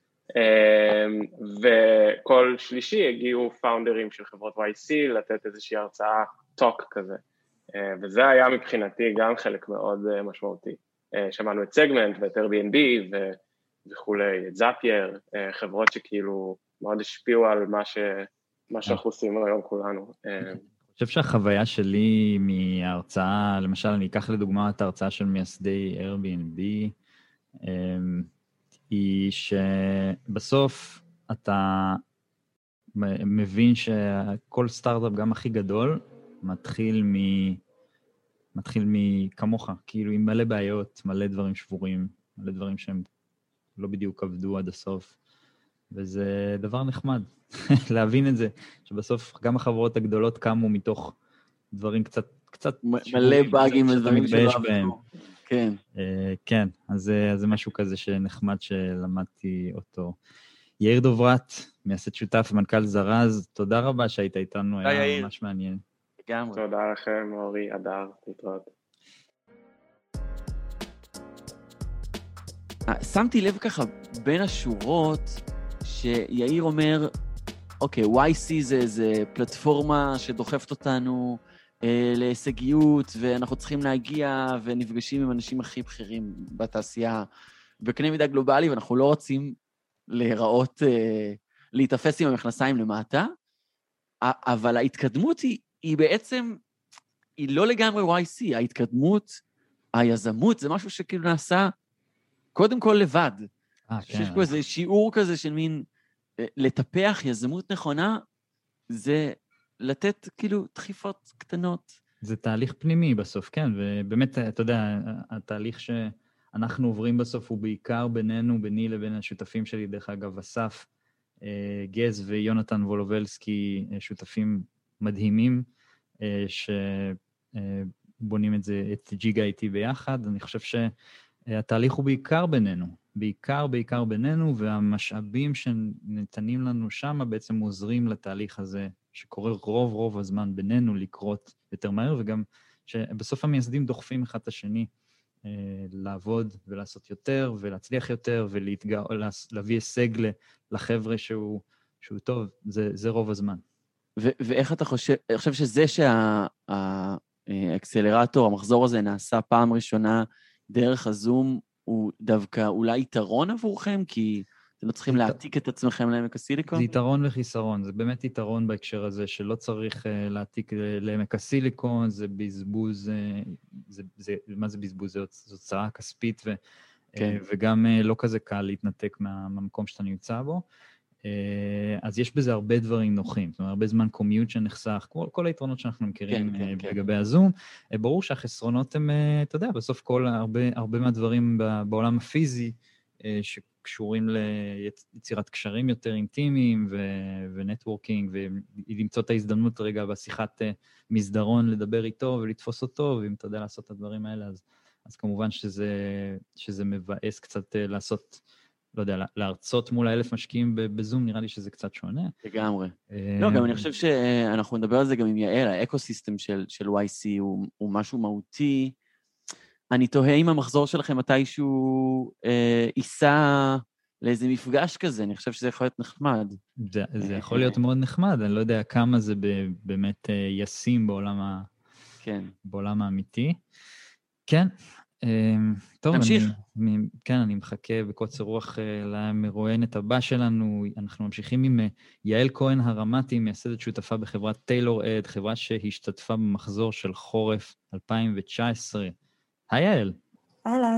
וכל שלישי הגיעו פאונדרים של חברות וואי סי לתת איזושהי הרצאה טוק כזה, וזה היה מבחינתי גם חלק מאוד משמעותי. שמענו את סגמנט ואת Airbnb וכולי, את זאפייר, חברות שכאילו מאוד השפיעו על מה ש... מה שאנחנו עושים היום כולנו. אני חושב שהחוויה שלי מההרצאה, למשל, אני אקח לדוגמה את ההרצאה של מייסדי Airbnb, היא שבסוף אתה מבין שכל סטארט-אפ, גם הכי גדול, מתחיל מ... מתחיל מכמוך, כאילו עם מלא בעיות, מלא דברים שבורים, מלא דברים שהם לא בדיוק עבדו עד הסוף, וזה דבר נחמד, להבין את זה, שבסוף גם החברות הגדולות קמו מתוך דברים קצת, קצת... מלא באגים ודברים שלא עבדו. כן. כן, אז זה משהו כזה שנחמד שלמדתי אותו. יאיר דוברת, מייסד שותף ומנכ"ל זרז, תודה רבה שהיית איתנו, היה ממש מעניין. לגמרי. תודה לכם, אורי, אדר, להתראות. שמתי לב ככה בין השורות שיאיר אומר, אוקיי, וואי סי זה איזה פלטפורמה שדוחפת אותנו אה, להישגיות, ואנחנו צריכים להגיע ונפגשים עם אנשים הכי בכירים בתעשייה, בקנה מידה גלובלי, ואנחנו לא רוצים להיראות, אה, להתאפס עם המכנסיים למטה, אבל ההתקדמות היא, היא בעצם, היא לא לגמרי וואי סי, ההתקדמות, היזמות, זה משהו שכאילו נעשה קודם כל לבד. אה, כן. שיש פה איזה שיעור כזה של מין, לטפח יזמות נכונה, זה לתת כאילו דחיפות קטנות. זה תהליך פנימי בסוף, כן, ובאמת, אתה יודע, התהליך שאנחנו עוברים בסוף הוא בעיקר בינינו, ביני לבין השותפים שלי, דרך אגב, אסף, גז ויונתן וולובלסקי, שותפים מדהימים, שבונים את זה, את ג'יגה איתי ביחד. אני חושב שהתהליך הוא בעיקר בינינו, בעיקר, בעיקר בינינו, והמשאבים שניתנים לנו שם בעצם עוזרים לתהליך הזה, שקורה רוב רוב הזמן בינינו לקרות יותר מהר, וגם שבסוף המייסדים דוחפים אחד את השני לעבוד ולעשות יותר, ולהצליח יותר, ולהביא הישג לחבר'ה שהוא, שהוא טוב, זה, זה רוב הזמן. ו- ואיך אתה חושב, אני חושב שזה שהאקסלרטור, המחזור הזה נעשה פעם ראשונה דרך הזום, הוא דווקא אולי יתרון עבורכם, כי אתם לא צריכים להעתיק את עצמכם לעמק הסיליקון? זה יתרון וחיסרון, זה באמת יתרון בהקשר הזה, שלא צריך להעתיק לעמק הסיליקון, זה בזבוז, זה, זה, מה זה בזבוז? זו הוצאה כספית, ו, כן. וגם לא כזה קל להתנתק מה, מהמקום שאתה נמצא בו. אז יש בזה הרבה דברים נוחים, זאת אומרת, הרבה זמן קומיוט שנחסך, כל, כל היתרונות שאנחנו מכירים כן, כן, לגבי כן. הזום. ברור שהחסרונות הם, אתה יודע, בסוף כל הרבה, הרבה מהדברים בעולם הפיזי, שקשורים ליצירת קשרים יותר אינטימיים ונטוורקינג, ולמצוא את ההזדמנות רגע בשיחת מסדרון לדבר איתו ולתפוס אותו, ואם אתה יודע לעשות את הדברים האלה, אז, אז כמובן שזה, שזה מבאס קצת לעשות, לא יודע, להרצות מול האלף משקיעים בזום, נראה לי שזה קצת שונה. לגמרי. לא, גם אני חושב שאנחנו נדבר על זה גם עם יעל, האקוסיסטם של, של וואי סי הוא, הוא משהו מהותי. אני תוהה אם המחזור שלכם מתישהו אה, ייסע לאיזה מפגש כזה, אני חושב שזה יכול להיות נחמד. זה, זה יכול להיות מאוד נחמד, אני לא יודע כמה זה באמת ישים בעולם, ה... כן. בעולם האמיתי. כן. טוב, נמשיך. אני, כן, אני מחכה בקוצר רוח למרואיינת הבא שלנו. אנחנו ממשיכים עם יעל כהן הרמתי, מייסדת שותפה בחברת טיילור אד, חברה שהשתתפה במחזור של חורף אלפיים תשע עשרה. היי יעל. אהלן.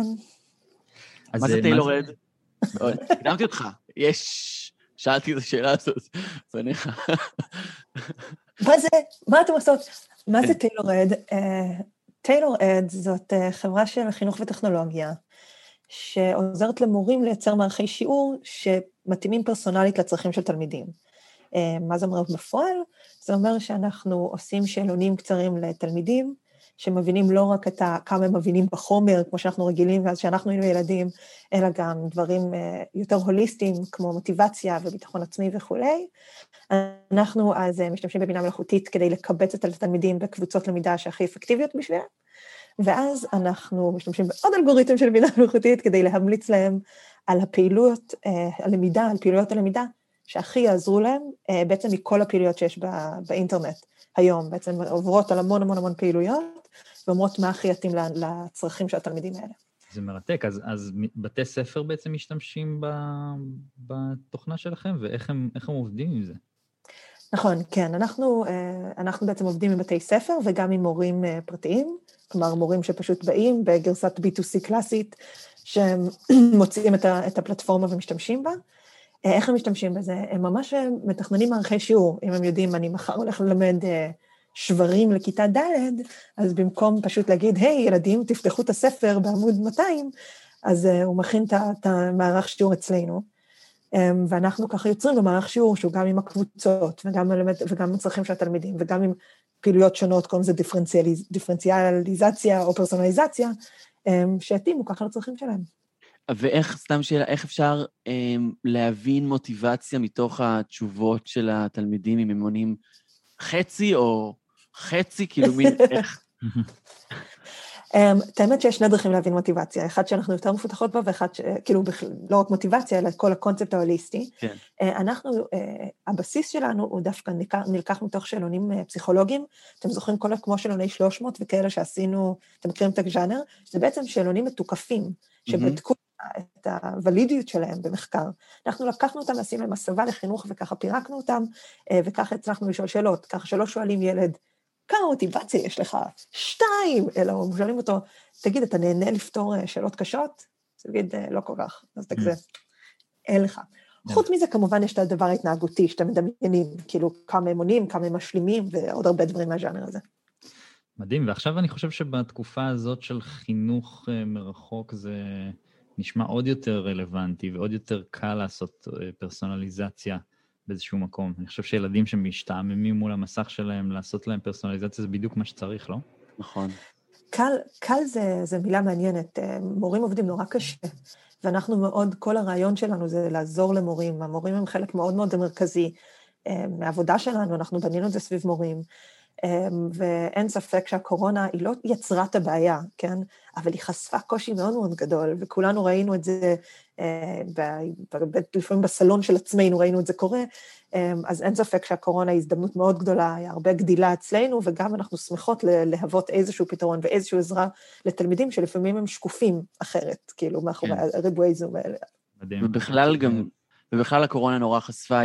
מה זה טיילור אד? הקדמתי אותך. יש... שאלתי את השאלה הזאת. זה נראה. מה זה? מה אתם עושות? מה זה טיילור אד? טיילור אד זאת חברה של חינוך וטכנולוגיה, שעוזרת למורים לייצר מערכי שיעור שמתאימים פרסונלית לצרכים של תלמידים. מה זה אומר בפועל? זה אומר שאנחנו עושים שאלונים קצרים לתלמידים, שמבינים לא רק את ה, כמה הם מבינים בחומר, כמו שאנחנו רגילים, ואז שאנחנו היינו ילדים, אלא גם דברים יותר הוליסטיים, כמו מוטיבציה וביטחון עצמי וכו'. אנחנו אז משתמשים בבינה מלאכותית כדי לקבץ את התלמידים בקבוצות למידה שהכי אפקטיביות בשבילם, ואז אנחנו משתמשים בעוד אלגוריתם של בינה מלאכותית כדי להמליץ להם על הפעילויות הלמידה, על פעילויות הלמידה, שהכי יעזרו להם בעצם מכל הפעילויות שיש באינטרנט היום, בעצם עוברות על המון המון המון פעילויות, ואומרות מה הכי יתאים לצרכים של התלמידים האלה. זה מרתק, אז, אז בתי ספר בעצם משתמשים בתוכנה שלכם, ואיך הם, איך הם עובדים עם זה? נכון, כן, אנחנו, אנחנו בעצם עובדים עם בתי ספר, וגם עם מורים פרטיים, כלומר מורים שפשוט באים בגרסת בי טו סי קלאסית, שמוצאים את הפלטפורמה ומשתמשים בה. איך הם משתמשים בזה? הם ממש מתכננים מערכי שיעור, אם הם יודעים, אני מחר הולך ללמד שברים לכיתה ד', אז במקום פשוט להגיד, היי, ילדים, תפתחו את הספר בעמוד מאתיים, אז הוא מכין את המערך שיעור אצלנו, ואנחנו ככה יוצרים במערך שיעור, שהוא גם עם הקבוצות, וגם, וגם הצרכים של התלמידים, וגם עם פעילויות שונות, קוראים לזה דיפרנציאליזציה או פרסונליזציה, שהתאימו ככה לצרכים שלהם. ואיך, סתם שאלה, איך אפשר אה, להבין מוטיבציה מתוך התשובות של התלמידים, אם הם עונים חצי או חצי, כאילו מין איך? את האמת שיש שני דרכים להבין מוטיבציה, אחד שאנחנו יותר מפותחות בו, ואחד כאילו לא רק מוטיבציה, אלא כל הקונספט ההוליסטי. אנחנו, הבסיס שלנו הוא דווקא נלקח מתוך שאלונים פסיכולוגיים, אתם זוכרים כל כמו שאלוני שלוש מאות וכאלה שעשינו, אתם מכירים את הג'אנר, זה בעצם שאלונים מתוקפים, שבדקו את הוולידיות שלהם במחקר. אנחנו לקחנו אותם, עשינו להם הסבה לחינוך, וככה פירקנו אותם, וככה הצלחנו לשאול שאלות, ככה שלא שואלים ילד, כמה מוטיבציה יש לך? שתיים! אלא שואלים אותו, תגיד, אתה נהנה לפתור שאלות קשות? אז תגיד, לא כל כך. אז תגיד, אין לך. חוץ מזה, כמובן, יש את הדבר ההתנהגותי, שאתם מדמיינים, כאילו, כמה הם עונים, כמה הם משלימים, ועוד הרבה דברים מהז'אנר הזה. מדהים, ועכשיו אני חושב שבתקופה הזאת של חינוך מרחוק, זה נשמע עוד יותר רלוונטי, ועוד יותר קל לעשות פרסונליזציה באיזשהו מקום. אני חושב שילדים שמשתעממים מול המסך שלהם, לעשות להם פרסונליזציה, זה בדיוק מה שצריך, לא? נכון. קל, קל זה, זה מילה מעניינת. מורים עובדים נורא קשה, ואנחנו מאוד, כל הרעיון שלנו זה לעזור למורים. המורים הם חלק מאוד מאוד מרכזי מהעבודה שלנו, אנחנו בנינו את זה סביב מורים, ואין ספק שהקורונה היא לא יצרה את הבעיה, כן? אבל היא חשפה קושי מאוד מאוד גדול, וכולנו ראינו את זה, לפעמים בסלון של עצמנו ראינו את זה קורה, אז אין ספק שהקורונה היא הזדמנות מאוד גדולה, היה הרבה גדילה אצלנו, וגם אנחנו שמחות להוות איזשהו פתרון ואיזשהו עזרה לתלמידים שלפעמים הם שקופים אחרת, כאילו מאחורי הריבועי זום האלה. ובכלל גם, ובכלל הקורונה נורא חשפה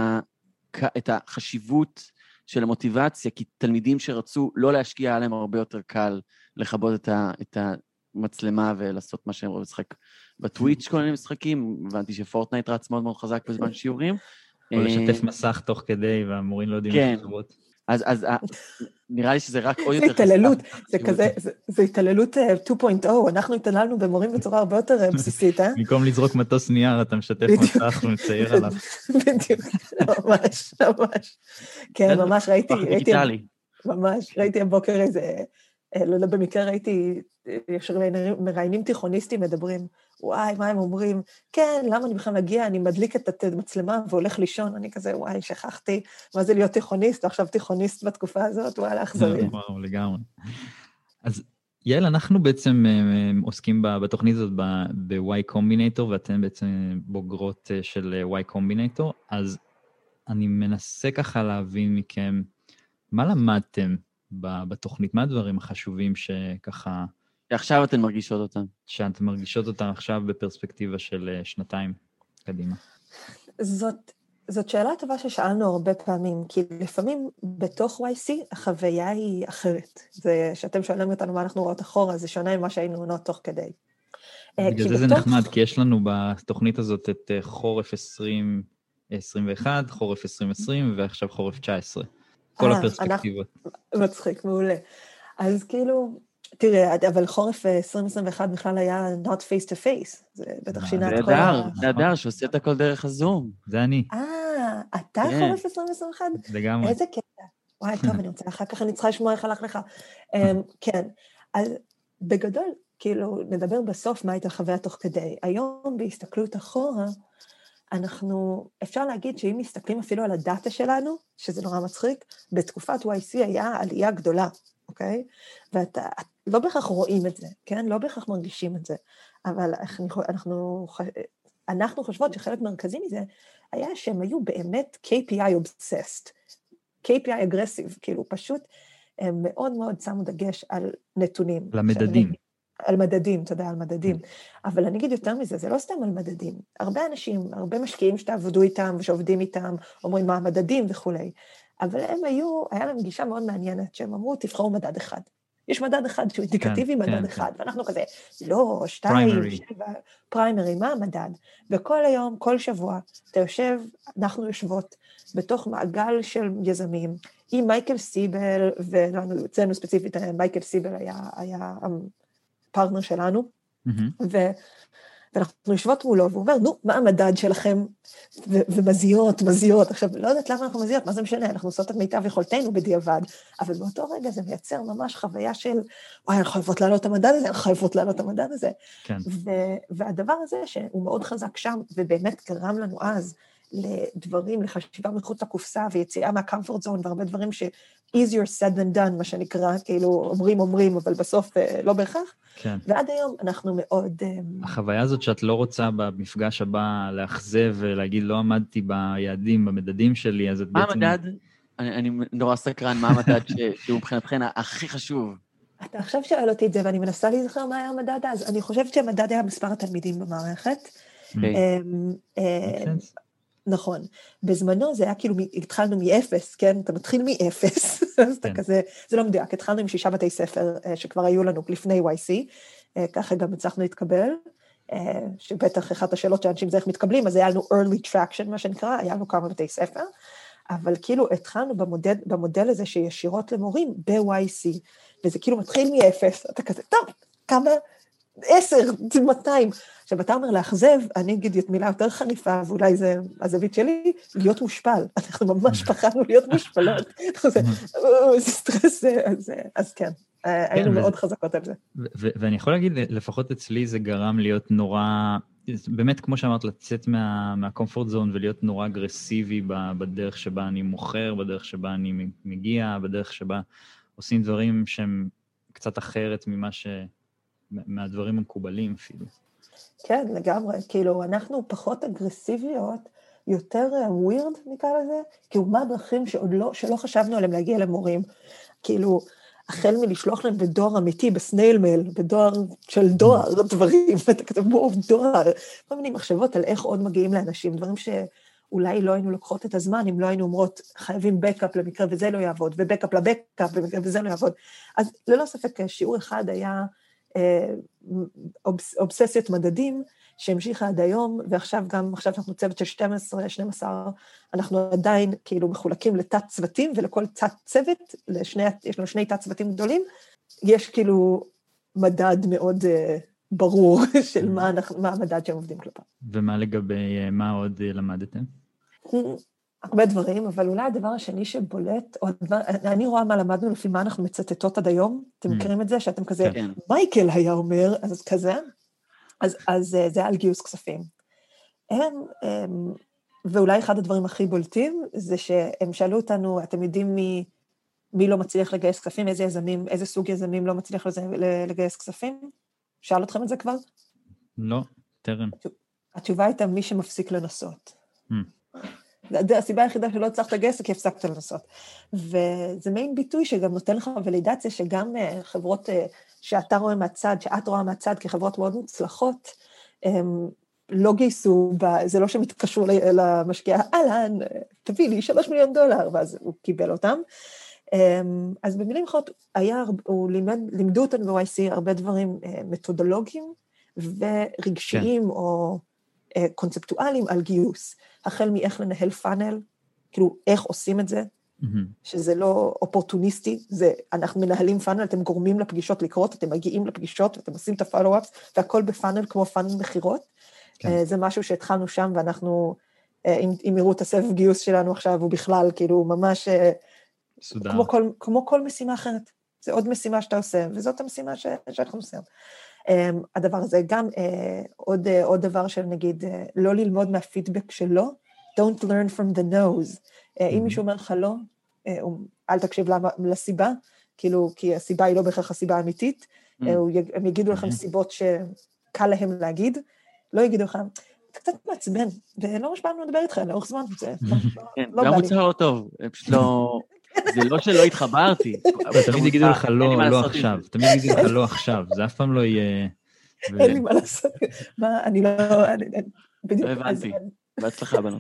את החשיבות של המוטיבציה, כי תלמידים שרצו לא להשקיע עליהם הרבה יותר קל לכבות את, ה, את המצלמה ולעשות מה שהם רואים לשחק בטוויץ' כל מיני משחקים, הבנתי שפורטנייט רץ מאוד מאוד חזק בזמן שיעורים. או לשתף מסך תוך כדי, והמורים לא יודעים כן. לחבות. אז, אז נראה לי שזה רק עוד זה יותר... התעללות, זה כזה, זה התעללות שתיים נקודה אפס, אנחנו התעללנו במורים בצורה הרבה יותר בסיסית, אה? במקום לזרוק מטוס נייר, אתה משתף מסך ומצייר עליו. בדיוק, ממש, ממש. כן, ממש ראיתי, ראיתי, ממש, ראיתי הבוקר איזה, לא במקרה ראיתי, יש מראיינים תיכוניסטים מדברים, וואי, מה הם אומרים? כן, למה אני בכלל מגיע? אני מדליק את המצלמה והולך לישון, אני כזה, וואי, שכחתי, מה זה להיות תיכוניסט, ועכשיו תיכוניסט בתקופה הזאת, וואי, להחזרים. וואו, לגמרי. אז יעל, אנחנו בעצם עוסקים בתוכנית הזאת ב-Y Combinator, ואתן בעצם בוגרות של Y Combinator, אז אני מנסה ככה להבין מכם, מה למדתם בתוכנית? מה הדברים החשובים שככה... שעכשיו אתן מרגישות אותם. שאתן מרגישות אותם עכשיו בפרספקטיבה של שנתיים קדימה. זאת, זאת שאלה טובה ששאלנו הרבה פעמים, כי לפעמים בתוך וואי סי החוויה היא אחרת. זה שאתם שואלים אותנו מה אנחנו רואות אחורה, זה שונה ממה שהיינו עונות תוך כדי. בגלל זה זה נחמד, כי יש לנו בתוכנית הזאת את חורף עשרים עשרים ואחת, חורף עשרים עשרים ועכשיו חורף תשע עשרה. כל הפרספקטיבות. מצחיק, מעולה. אז כאילו, תראה, אבל חורף עשרים עשרים ואחת בכלל היה not face to face, זה בטח שינה את כל... זה הדר, זה הדר, שעושה את הכל דרך הזום. זה אני. אה, אתה חורף עשרים עשרים ואחת? לגמרי. איזה קטע. וואי, טוב, אני רוצה, אחר כך אני צריכה לשמוע איך הלך לך. כן, אז בגדול, כאילו, נדבר בסוף מה הייתה חוויה תוך כדי. היום, בהסתכלות אחורה, אנחנו, אפשר להגיד שאם מסתכלים אפילו על הדאטה שלנו, שזה נורא מצחיק, בתקופת וואי סי היה עלייה גדולה, אוקיי? ואתה, לא בהכרח רואים את זה, כן? לא בהכרח מרגישים את זה, אבל אנחנו, אנחנו חושבות שחלק מרכזי מזה, היה שהם היו באמת קיי פי איי obsessed, קיי פי איי aggressive, כאילו פשוט הם מאוד מאוד שמו דגש על נתונים. למדדים. על מדדים, תודה, על מדדים. אבל אני אגיד יותר מזה, זה לא סתם על מדדים. הרבה אנשים, הרבה משקיעים שתעבדו איתם ושעובדים איתם, אומרים מה המדדים וכו'. אבל הם היו, היה להם גישה מאוד מעניינת, שהם אמרו, תבחרו מדד אחד. יש מדד אחד שהוא אינדיקטיבי, מדד אחד, ואנחנו כזה, לא, שתיים, שבע, פריימרי, מה המדד? וכל היום, כל שבוע, אתה יושב, אנחנו יושבות, בתוך מעגל של יזמים, עם מייקל סיבל, ולנו, אצלנו ספציפית, מייקל סיבל היה, היה הפרטנר שלנו, ו... ואנחנו יושבות מולו, והוא אומר, נו, מה המדד שלכם? ו- ומזיות, מזיות. עכשיו, לא יודעת למה אנחנו מזיות, מה זה משנה? אנחנו עושות את מיטב יכולתנו בדיעבד, אבל באותו רגע זה מייצר ממש חוויה של, וואי, אנחנו חייבות לעלות את המדד הזה, אנחנו חייבות לעלות את המדד הזה. כן. ו- והדבר הזה, שהוא מאוד חזק שם, ובאמת גרם לנו אז לדברים, לחשיבה מחוץ לקופסה ויציאה מהקומפורט זון, והרבה דברים ש- easier said than done, מה שנקרא, כאילו אומרים אומרים, אבל בסוף לא בהכרח. כן. ועד היום אנחנו מאוד... החוויה הזאת שאת לא רוצה במפגש הבא לאכזב ולהגיד, לא עמדתי ביעדים, במדדים שלי, אז את בעצם... מה המדד? אני, אני נורא סקרן, מה המדד שהוא מבחינתכן הכי חשוב? אתה עכשיו שואל אותי את זה, ואני מנסה להיזכר מה היה המדד אז. אני חושבת שהמדד היה מספר התלמידים במערכת. נכון. בזמנו זה היה כאילו, התחלנו מאפס, כן? אתה מתחיל מאפס, אז אתה כזה, זה לא מדויק, התחלנו עם שישה בתי ספר שכבר היו לנו לפני וואי סי, ככה גם הצלחנו להתקבל, שבטח אחת השאלות שאנשים זה איך מתקבלים, אז היה לנו early traction, מה שנקרא, היה לנו כמה בתי ספר, אבל כאילו התחלנו במודל, במודל הזה שישירות למורים ב-וואי סי, וזה כאילו מתחיל מאפס, אתה כזה, טוב, כמה, עשר, מאתיים. עכשיו, אתה אומר לאכזב, אני אגיד את מילה יותר חריפה, ואולי זה הזווית שלי, להיות מושפל. אנחנו ממש פחדנו להיות מושפלות. זה סטרס, אז כן, היינו מאוד חזקות על זה. ואני יכול להגיד, לפחות אצלי זה גרם להיות נורא, באמת, כמו שאמרת, לצאת מהקומפורט זון ולהיות נורא אגרסיבי בדרך שבה אני מוכר, בדרך שבה אני מגיע, בדרך שבה עושים דברים שהם קצת אחרת ממה ש... מהדברים המקובלים אפילו. כן, לגמרי. כאילו, אנחנו פחות אגרסיביות, יותר ווירד, נקרא לזה, כאילו, מה הדרכים שעוד לא, שלא חשבנו עליהם להגיע למורים? כאילו, החל מלשלוח להם בדואר אמיתי, בסנייל מייל, בדואר של דואר, דברים, ואתה כתב בו דואר, כל מיני מחשבות על איך עוד מגיעים לאנשים, דברים שאולי לא היינו לוקחות את הזמן, אם לא היינו אומרות, חייבים בקאפ למקרה וזה לא יעבוד, ובקאפ לבקאפ וזה לא יעבוד. אז ללא ספק, שיעור אחד היה אובססיות מדדים, שהמשיכה עד היום, ועכשיו גם, עכשיו אנחנו צוות של שתים עשרה, שנים עשר, אנחנו עדיין כאילו מחולקים לתת צוותים, ולכל תת צוות, לשני, יש לנו שני תת צוותים גדולים, יש כאילו מדד מאוד uh, ברור של מה, אנחנו, מה המדד שהם עובדים כלפיו. ומה לגבי, מה עוד למדתם? הרבה דברים, אבל אולי הדבר השני שבולט, או הדבר, אני רואה מה למדנו לפי מה אנחנו מצטטות עד היום, אתם מכירים את זה, שאתם כזה, מייקל היה אומר, אז כזה, אז, אז זה היה על גיוס כספים. הם, הם, ואולי אחד הדברים הכי בולטים, זה שהם שאלו אותנו, אתם יודעים מי, מי לא מצליח לגייס כספים, איזה יזמים, איזה סוג יזמים לא מצליח לגייס כספים? שאל אתכם את זה כבר? לא, טרם. התשובה הייתה מי שמפסיק לנסות. הסיבה היחידה שלא הצלחת לגייס, כי הפסקת לנסות. וזה מעין ביטוי שגם נותן לך ולידציה, שגם חברות שאתה רואה מהצד, שאת רואה מהצד, כחברות מאוד מוצלחות, לא גייסו, זה לא שהם התקשרו למשקיעה, אהלן, תביא לי שלוש מיליון דולר, ואז הוא קיבל אותם. אז במילים אחרות, הוא לימד, לימדו אותנו ב-וואי סי הרבה דברים מתודולוגיים ורגשיים או קונספטואליים על גיוס. החל מאיך לנהל פאנל, כאילו איך עושים את זה, שזה לא אופורטוניסטי, זה אנחנו מנהלים פאנל, אתם גורמים לפגישות לקרות, אתם מגיעים לפגישות, ואתם עושים את הפולו-אפס, והכל בפאנל כמו פאנל מחירות. זה משהו שהתחלנו שם, ואנחנו, אם יראו את הסבב גיוס שלנו עכשיו, הוא בכלל כאילו ממש, כמו כל, כמו כל משימה אחרת. זה עוד משימה שאתה עושה, וזאת המשימה שאנחנו עושים. הדבר הזה גם עוד, עוד דבר של נגיד, לא ללמוד מהפידבק שלו, don't learn from the nose. אם מישהו אומר לך לא, אל תקשיב לסיבה, כאילו, כי הסיבה היא לא בהכרח הסיבה האמיתית, הם יגידו לכם סיבות שקל להם להגיד, לא יגידו לכם, אתה קצת מעצבן, ולא ממש באנו לדבר איתך, לאורך זמן, זה לא בא לי. גם מוצר לא טוב, פשוט לא... זה לא שלא התחברתי. תמיד יגידו לך לא, לא עכשיו, תמיד יגידו לך לא עכשיו, זה אף פעם לא יהיה... אין לי מה לעשות, מה, אני לא... לא הבנתי, בהצלחה בנות.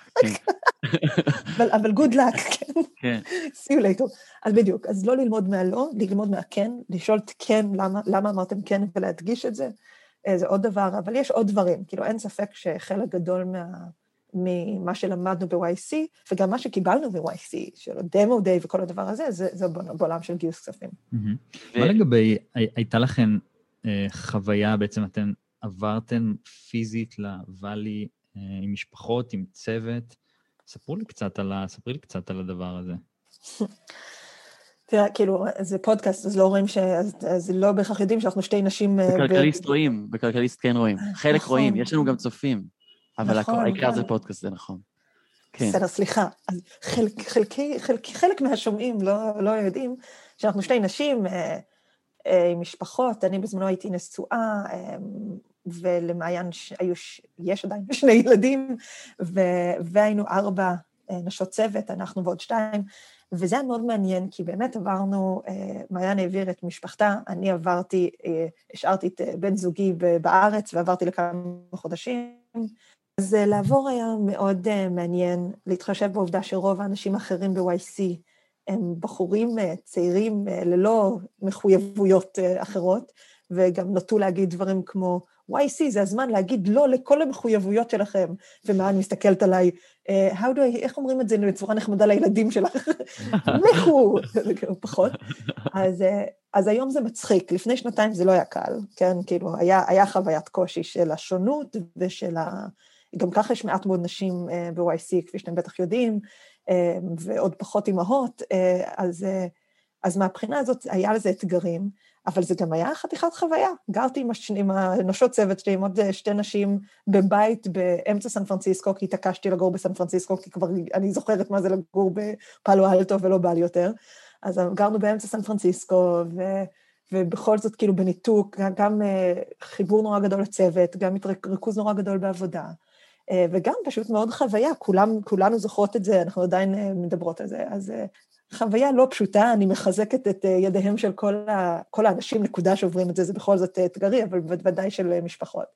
אבל good luck, כן. see you later. אז בדיוק, אז לא ללמוד מהלא, ללמוד מהכן, לשאול כן, למה אמרתם כן ולהדגיש את זה, זה עוד דבר, אבל יש עוד דברים, כאילו אין ספק שחלק גדול מה... ממה שלמדנו ב-וואי סי, וגם מה שקיבלנו ב-וואי סי, של דמו דיי וכל הדבר הזה, זה בעולם של גיוס כספים. מה לגבי, הייתה לכם חוויה, בעצם אתם עברתם פיזית לוואלי עם משפחות, עם צוות, ספרו לי קצת על, ספרי לי קצת על הדבר הזה. תראה, כאילו, זה פודקאסט, אז לא רואים ש... אז לא בהכרח יודעים שאנחנו שתי נשים... בכלכליסט רואים, בכלכליסט כן רואים. חלק רואים, יש לנו גם צופים. אבל העיקר זה פודקאסט, זה נכון. בסדר, סליחה. אז חלק, חלקי, חלק, חלק מהשומעים לא, לא יודעים שאנחנו שתי נשים אה, אה, עם משפחות, אני בזמנו הייתי נשואה, אה, ולמעיין היו, יש עדיין שני ילדים, ו, והיינו ארבע אה, נשות צוות, אנחנו ועוד שתיים, וזה היה מאוד מעניין, כי באמת עברנו, אה, מעיין העביר את משפחתה, אני עברתי, אה, השארתי את בן זוגי בארץ, ועברתי לכמה חודשים, אז לעבור היה מאוד uh, מעניין, להתחשב בעובדה שרוב האנשים האחרים ב-וואי סי הם בחורים uh, צעירים uh, ללא מחויבויות uh, אחרות, וגם נוטו להגיד דברים כמו, וואי סי זה הזמן להגיד לא לכל המחויבויות שלכם, ומה אני מסתכלת עליי, uh, how do I, איך אומרים את זה בצורה נחמדה לילדים שלך? לכו, פחות. אז, uh, אז היום זה מצחיק, לפני שנתיים זה לא היה קל, כן, כאילו היה, היה חוויית קושי של השונות ושל ה... גם ככה יש מעט מאוד נשים uh, ב-וואי סי, כפי שאתם בטח יודעים, uh, ועוד פחות אימהות, uh, אז, uh, אז מהבחינה הזאת היה לזה אתגרים, אבל זה גם היה חתיכת חוויה. גרתי עם, הש... עם הנשות צוות שלי, עם עוד שתי נשים בבית באמצע סן פרנסיסקו, כי התעקשתי לגור בסן פרנסיסקו, כי כבר אני זוכרת מה זה לגור בפאלו אלטו ולא בא לי יותר. אז גרנו באמצע סן פרנסיסקו, ו... ובכל זאת כאילו בניתוק, גם, גם uh, חיבור נורא גדול לצוות, גם ריכוז נורא גדול בעבודה, וגם פשוט מאוד חוויה, כולם, כולנו זוכרות את זה, אנחנו עדיין מדברות על זה, אז חוויה לא פשוטה, אני מחזקת את ידיהם של כל, ה, כל האנשים, נקודה שעוברים את זה, זה בכל זאת אתגרי, אבל ודאי של משפחות.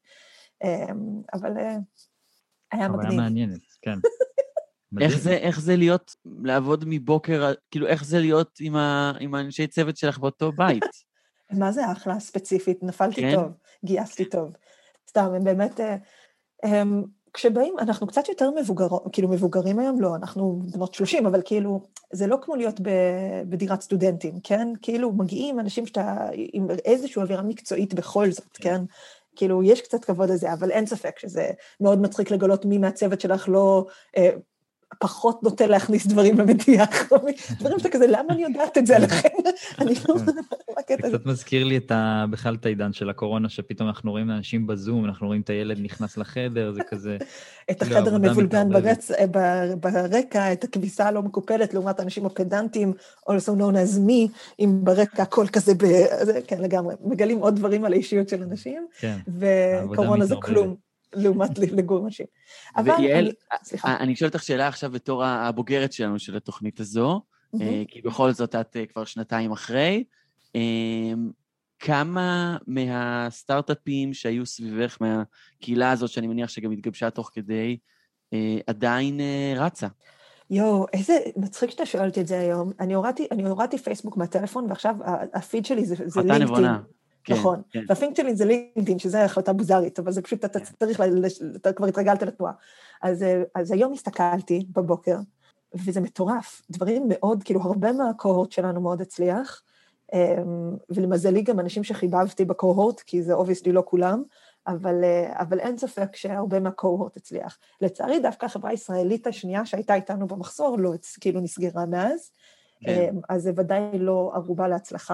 אבל היה מגניב. חוויה מעניינת, כן. איך זה, איך זה להיות, לעבוד מבוקר, כאילו איך זה להיות עם, ה, עם האנשי צוות שלך באותו בית? מה זה אחלה ספציפית, נפלתי כן? טוב, גייסתי טוב. סתם, הם באמת... הם, כשבאים, אנחנו קצת יותר מבוגר, כאילו מבוגרים היום, לא, אנחנו בנות שלושים, אבל כאילו, זה לא כמו להיות בדירת סטודנטים, כן? כאילו, מגיעים אנשים שאתה, עם איזושהי אווירה מקצועית בכל זאת, כן? כאילו, יש קצת כבוד לזה, אבל אין ספק שזה מאוד מצחיק לגלות מי מהצוות שלך לא... פחות נוטה להכניס דברים למדיח, דברים שאתה כזה, למה אני יודעת את זה עליכם? אני לא... זה קצת מזכיר לי בכלל את העידן של הקורונה, שפתאום אנחנו רואים אנשים בזום, אנחנו רואים את הילד נכנס לחדר, זה כזה... את החדר המבולגן ברקע, את הכביסה הלא מקופלת, לעומת אנשים הפדנטים, also known as me, אם ברקע הכל כזה, כן, לגמרי, מגלים עוד דברים על האישיות של אנשים, וקורונה זה כלום. לעומת לגור אנשים. אבל... ויעל, אני שואל אותך שאלה עכשיו בתור הבוגרת שלנו של התוכנית הזו, כי בכל זאת את כבר שנתיים אחרי, כמה מהסטארט-אפים שהיו סביבך, מהקהילה הזאת, שאני מניח שגם התגבשה תוך כדי, עדיין רצה? יו, איזה מצחיק שאתה שואלת את זה היום. אני הורדתי, אני הורדתי פייסבוק מהטלפון, ועכשיו הפיד שלי זה לינקדאין. נכון, והפינק שלי זה לינקדאין, שזו החלטה בוזרית, אבל זה פשוט, אתה צריך, אתה כבר התרגלת לתנועה. אז היום הסתכלתי בבוקר, וזה מטורף, דברים מאוד, כאילו הרבה מהקוהורט שלנו מאוד הצליח, ולמזלי גם אנשים שחיבבתי בקוהורט, כי זה obviously לא כולם, אבל, אבל אין ספק שהרבה מהקוהורט הצליח. לצערי, דווקא החברה הישראלית השנייה שהייתה איתנו במחסור, לא, כאילו נסגרה מאז, אז זה ודאי לא ערובה להצלחה,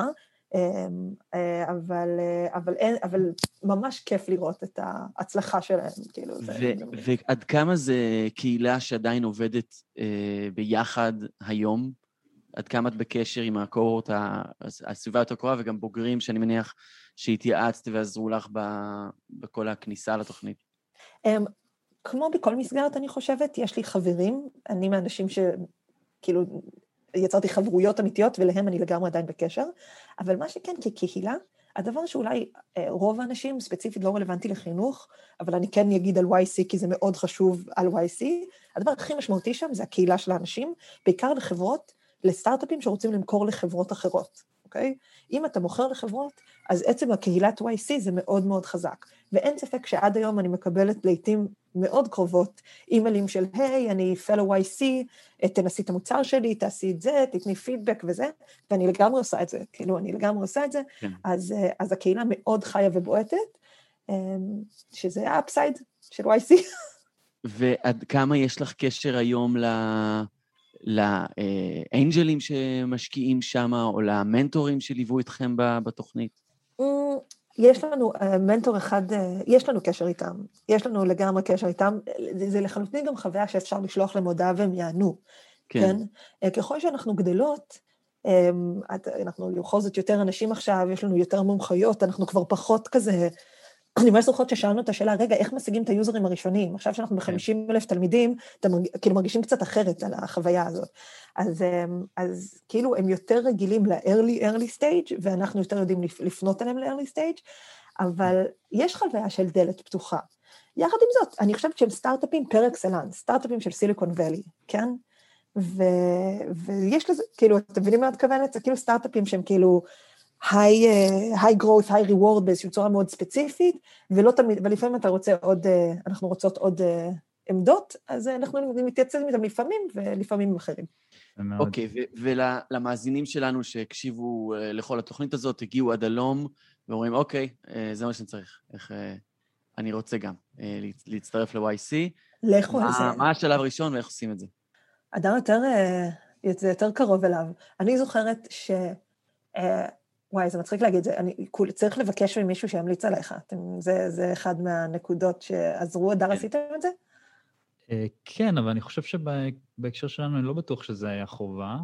אבל, אבל, אין, אבל ממש כיף לראות את ההצלחה שלהם, כאילו. ו- ועד כמה זה קהילה שעדיין עובדת ביחד היום? עד כמה את בקשר עם הקוהורט, הסביבה יותר קרובה, וגם בוגרים שאני מניח שהתייעצת ועזרו לך בכל הכניסה לתוכנית? כמו בכל מסגרת, אני חושבת, יש לי חברים, אני מהאנשים שכאילו יצרתי חברויות אמיתיות, ולהם אני לגמרי עדיין בקשר, אבל מה שכן, כקהילה, הדבר שאולי רוב האנשים, ספציפית לא רלוונטי לחינוך, אבל אני כן אגיד על וואי סי, כי זה מאוד חשוב על וואי סי, הדבר הכי משמעותי שם זה הקהילה של האנשים, בעיקר לחברות, לסטארט-אפים שרוצים למכור לחברות אחרות, אוקיי? אם אתה מוכר לחברות, אז עצם הקהילת וואי סי זה מאוד מאוד חזק, ואין ספק שעד היום אני מקבלת לעתים מאוד קרובות, אימיילים של, היי, אני פלו וואי סי, תנסי את המוצר שלי, תעשי את זה, תתני פידבק וזה, ואני לגמרי עושה את זה, כאילו, אני לגמרי עושה את זה, כן. אז, אז הקהילה מאוד חיה ובועטת, שזה האפסייד של וואי סי. ועד כמה יש לך קשר היום ל... לאנג'לים שמשקיעים שם, או למנטורים שליוו אתכם בתוכנית? יש לנו מנטור אחד, יש לנו קשר איתם, יש לנו לגמרי קשר איתם, זה, זה לחלוטין גם חוויה שאפשר לשלוח להם הודעה והם יענו, כן? כן? ככל שאנחנו גדלות, אנחנו בכל זאת יותר אנשים עכשיו, יש לנו יותר מומחיות, אנחנו כבר פחות כזה, אני ממש זוכרת ששאלנו את השאלה, רגע, איך משיגים את היוזרים הראשונים? עכשיו שאנחנו ב-חמישים אלף תלמידים, אתם כאילו מרגישים קצת אחרת על החוויה הזאת. אז, אז כאילו הם יותר רגילים ל-early, early stage, ואנחנו יותר יודעים לפנות אליהם ל-early stage, אבל יש חוויה של דלת פתוחה. יחד עם זאת, אני חושבת שהם סטארט-אפים פר אקסלנס, סטארט-אפים של סיליקון ואלי, כן? ו, ויש לזה, כאילו, אתם מבינים מה את כוונת? זה כאילו סטארט-אפים שהם כאילו, high, uh, high growth, high reward באיזושהי צורה מאוד ספציפית, ולא תמיד, ולפעמים אתה רוצה עוד, uh, אנחנו רוצות עוד uh, עמדות, אז אנחנו מתייצבים איתם לפעמים, ולפעמים עם אחרים. אוקיי, ולמאזינים שלנו שהקשיבו uh, לכל התוכנית הזאת, הגיעו עד הלום, ואומרים, אוקיי, uh, זה מה שאני צריך, איך, uh, אני רוצה גם uh, להצטרף ל-וואי סי. לכו על זה. מה השלב הראשון ואיך עושים את זה? אדם יותר, uh, זה יותר קרוב אליו. אני זוכרת ש... Uh, וואי, זה מצחיק להגיד, זה, אני צריך לבקש ממישהו שימליץ עליך, אתם, זה, זה אחד מהנקודות שעזרו, הדר, עשיתם את זה? כן, אבל אני חושב שבהקשר שלנו, אני לא בטוח שזה היה חובה.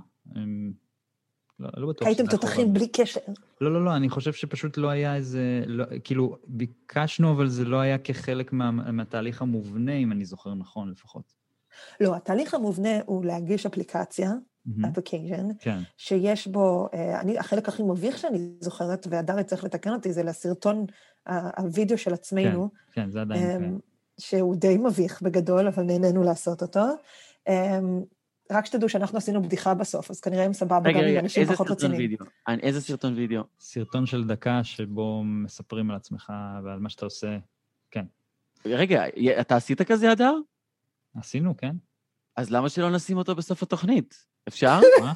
לא, לא בטוח שזה היה חובה. הייתם תותחים בלי קשר. לא, לא, לא, אני חושב שפשוט לא היה איזה, לא, כאילו, ביקשנו, אבל זה לא היה כחלק מה, מהתהליך המובנה, אם אני זוכר נכון לפחות. לא, התהליך המובנה הוא להגיש אפליקציה, אפליקיישן, כן. שיש בו, אני, החלק הכי מביך שאני זוכרת, והדר צריך לתקן אותי, זה לסרטון הווידאו של עצמנו. כן, כן, זה עדיין כן. שהוא די מביך בגדול, אבל נהנינו לעשות אותו. רק שתדעו שאנחנו עשינו בדיחה בסוף, אז כנראה הם סבבה גם עם אנשים פחות רציניים. איזה סרטון וידאו? סרטון של דקה שבו מספרים על עצמך ועל מה שאתה עושה. כן. רגע, אתה עשית כזה, הדר? עשינו, כן. אז למה שלא נשים אותו בסוף התוכנית? אפשר?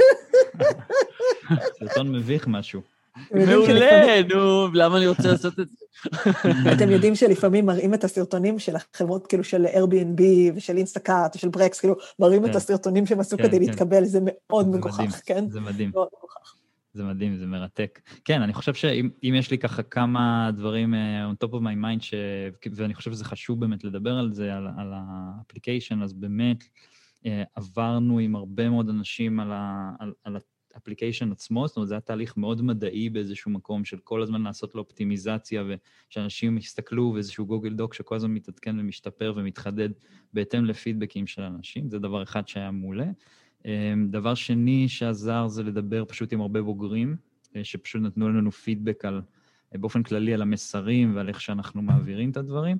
סרטון מביך משהו. מעולה, נו, למה אני רוצה לעשות את זה? אתם יודעים שלפעמים מראים את הסרטונים של החברות, כאילו של Airbnb ושל אינסטאקארט ושל ברקס, כאילו מראים את הסרטונים שהם עשו כדי להתקבל, זה מאוד מגוחך, כן? זה מדהים. זה מדהים, זה מרתק. כן, אני חושב שאם יש לי ככה כמה דברים on top of my mind, ואני חושב שזה חשוב באמת לדבר על זה, על האפליקיישן, אז באמת עברנו עם הרבה מאוד אנשים על האפליקיישן עצמו, זאת אומרת, זה היה תהליך מאוד מדעי באיזשהו מקום של כל הזמן לעשות לו אופטימיזציה, ושאנשים יסתכלו באיזשהו גוגל דוק שכל הזמן מתעדכן ומשתפר ומתחדד בהתאם לפידבקים של אנשים, זה דבר אחד שהיה מעולה. דבר שני שעזר זה לדבר פשוט עם הרבה בוגרים, שפשוט נתנו לנו פידבק על, באופן כללי על המסרים ועל איך שאנחנו מעבירים את הדברים,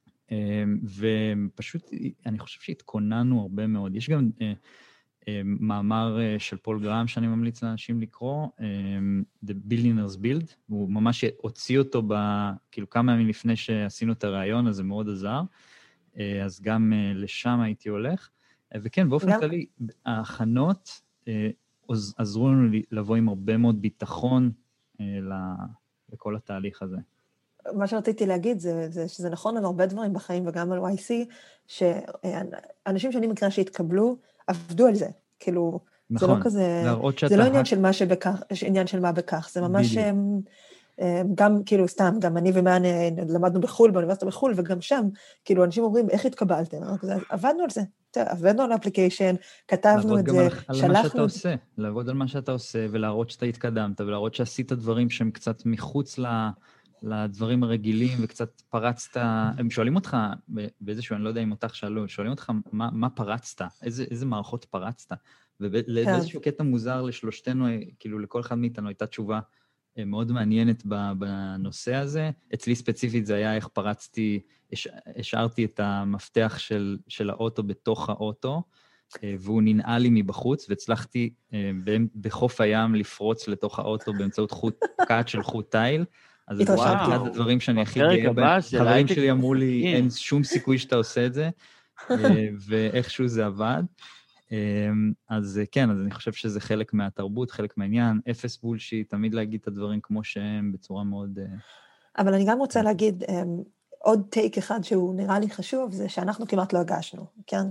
ופשוט אני חושב שהתכוננו הרבה מאוד. יש גם מאמר של פול גרם שאני ממליץ לאנשים לקרוא, The Billionaires Build, הוא ממש הוציא אותו ב, כאילו כמה ימים לפני שעשינו את הרעיון, אז זה מאוד עזר, אז גם לשם הייתי הולך, וכן, באופן כללי, ההכנות עזרו לנו לבוא עם הרבה מאוד ביטחון לכל התהליך הזה. מה שרציתי להגיד זה, זה שזה נכון על הרבה דברים בחיים וגם על וואי סי, שאנשים שאני מכירה שהתקבלו, עבדו על זה. כאילו, נכון, זה לא כזה, זה לא עניין של מה שבכך, עניין של מה בכך, זה ממש גם, כאילו, סתם, גם אני ומען למדנו בחול, באוניברסיטה בחול, וגם שם, כאילו, אנשים אומרים, איך התקבלתם? עבדנו על זה, עבדנו על האפליקיישן, כתבנו את זה, שלחנו את זה. לעבוד על מה שאתה עושה, ולהראות שאתה התקדמת, ולהראות שעשית דברים שהם קצת מחוץ לדברים הרגילים, וקצת פרצת, הם שואלים אותך, באיזשהו, אני לא יודע אם אותך שאלו, שואלים אותך, מה פרצת? איזה מערכות פרצת? ובאיזשהו קטע מוזר לשלושתנו, כאילו, לכל אחד מאיתנו הייתה תשובה מאוד מעניינת בנושא הזה. אצלי ספציפית זה היה איך פרצתי, השארתי את המפתח של, של האוטו בתוך האוטו, והוא ננעל לי מבחוץ, והצלחתי בחוף הים לפרוץ לתוך האוטו באמצעות חוט, קאט של חוט טייל. אז זה אחד הדברים שאני הכי גאה בהם. חברים שלי אמרו לי, אין שום סיכוי שאתה עושה את זה, ואיכשהו זה עבד. אז כן, אז אני חושב שזה חלק מהתרבות, חלק מהעניין, אפס בולשי, תמיד להגיד את הדברים כמו שהם בצורה מאוד... אבל אני גם רוצה להגיד, עוד טייק אחד שהוא נראה לי חשוב, זה שאנחנו כמעט לא הגשנו, כן?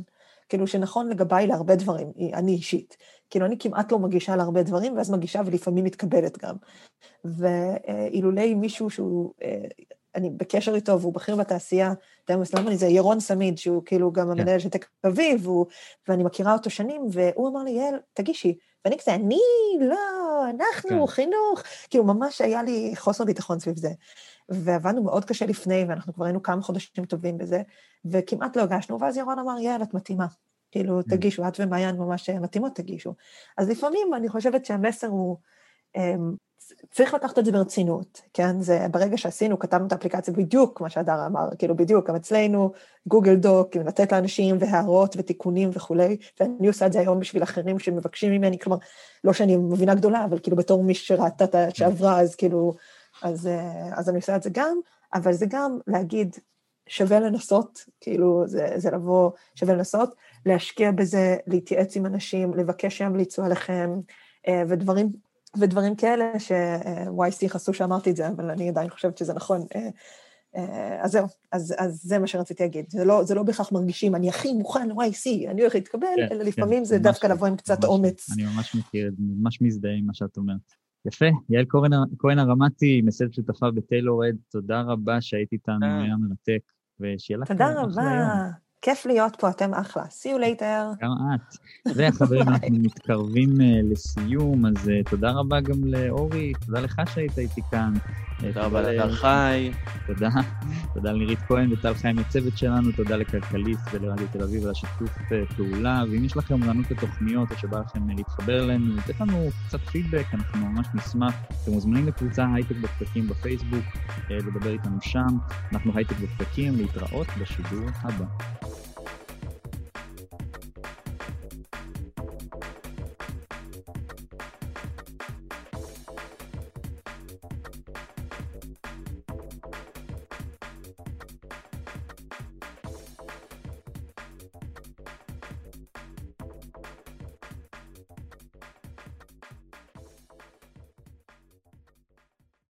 כאילו שנכון לגביי להרבה דברים, אני אישית. כאילו אני כמעט לא מגישה להרבה דברים, ואז מגישה ולפעמים מתקבלת גם. ואילולי מישהו שהוא, אני בקשר איתו, והוא בכיר בתעשייה, זה ירון סמיד, שהוא כאילו גם המנהל של טק אביב, ואני מכירה אותו שנים, והוא אמר לי, יעל, תגישי. ואני כזה, אני, לא, אנחנו, חינוך. כאילו ממש היה לי חוסר ביטחון סביב זה. ועבדנו מאוד קשה לפני, ואנחנו כבר היינו כמה חודשים טובים בזה, וכמעט לא הגשנו, ואז ירון אמר, יעל, את מתאימה. כאילו, תגישו, את ומעיין ממש מתאימות, תגישו. אז לפעמים אני חושבת שהמסר הוא, צריך לקחת את זה ברצינות, כן? זה ברגע שעשינו, כתבנו את האפליקציה בדיוק, מה שהדר אמר, כאילו בדיוק, גם אצלנו, גוגל דוק, לתת לאנשים והערות ותיקונים וכולי, ואני עושה את זה היום בשביל אחרים שמבקשים ממני, כלומר, לא שאני מבינה גדולה, אבל כאילו בתור מי שראתה את שעברה, אז כאילו, אז, אז אני עושה את זה גם, אבל זה גם להגיד, שווה לנסות, כאילו, זה, זה לבוא, שווה לנסות, להשקיע בזה, להתייעץ עם אנשים, לבקש שימליצו עליכם, ודברים, ודברים כאלה ש-וואי סי חסו שאמרתי את זה, אבל אני עדיין חושבת שזה נכון. אז זהו, אז, אז זה מה שרציתי להגיד. זה לא, זה לא בכך מרגישים, אני הכי מוכן ל-וואי סי, אני הולך להתקבל, כן, אלא לפעמים כן, זה דווקא לבוא עם קצת ממש, אומץ. אני ממש מכיר, ממש מזדהה עם מה שאת אומרת. יפה, יעל כהן, כהן הרמתי, מסד שותפה בטיילור-אד, תודה רבה שהיית איתנו, היה מרתק, ושיהיה לך תודה רבה. כיף להיות פה, אתם אחלה. See you later. גם את. וחברים, אנחנו מתקרבים לסיום, אז תודה רבה גם לאורי, תודה לך שהיית איתי כאן. תודה רבה לדר חי. תודה. תודה לנירית כהן וטל חיים הצוות שלנו, תודה לכלכליסט ולרדיו תל אביב ולשיתוף פעולה, ואם יש לכם רעיונות לתוכניות או שבא לכם להתחבר אלינו, לתת לנו קצת פידבק, אנחנו ממש נשמח. אתם מוזמנים לקבוצה הייטק בפקקים בפייסבוק, לדבר איתנו שם. אנחנו הייטק בפקקים, להתראות בשידור הבא.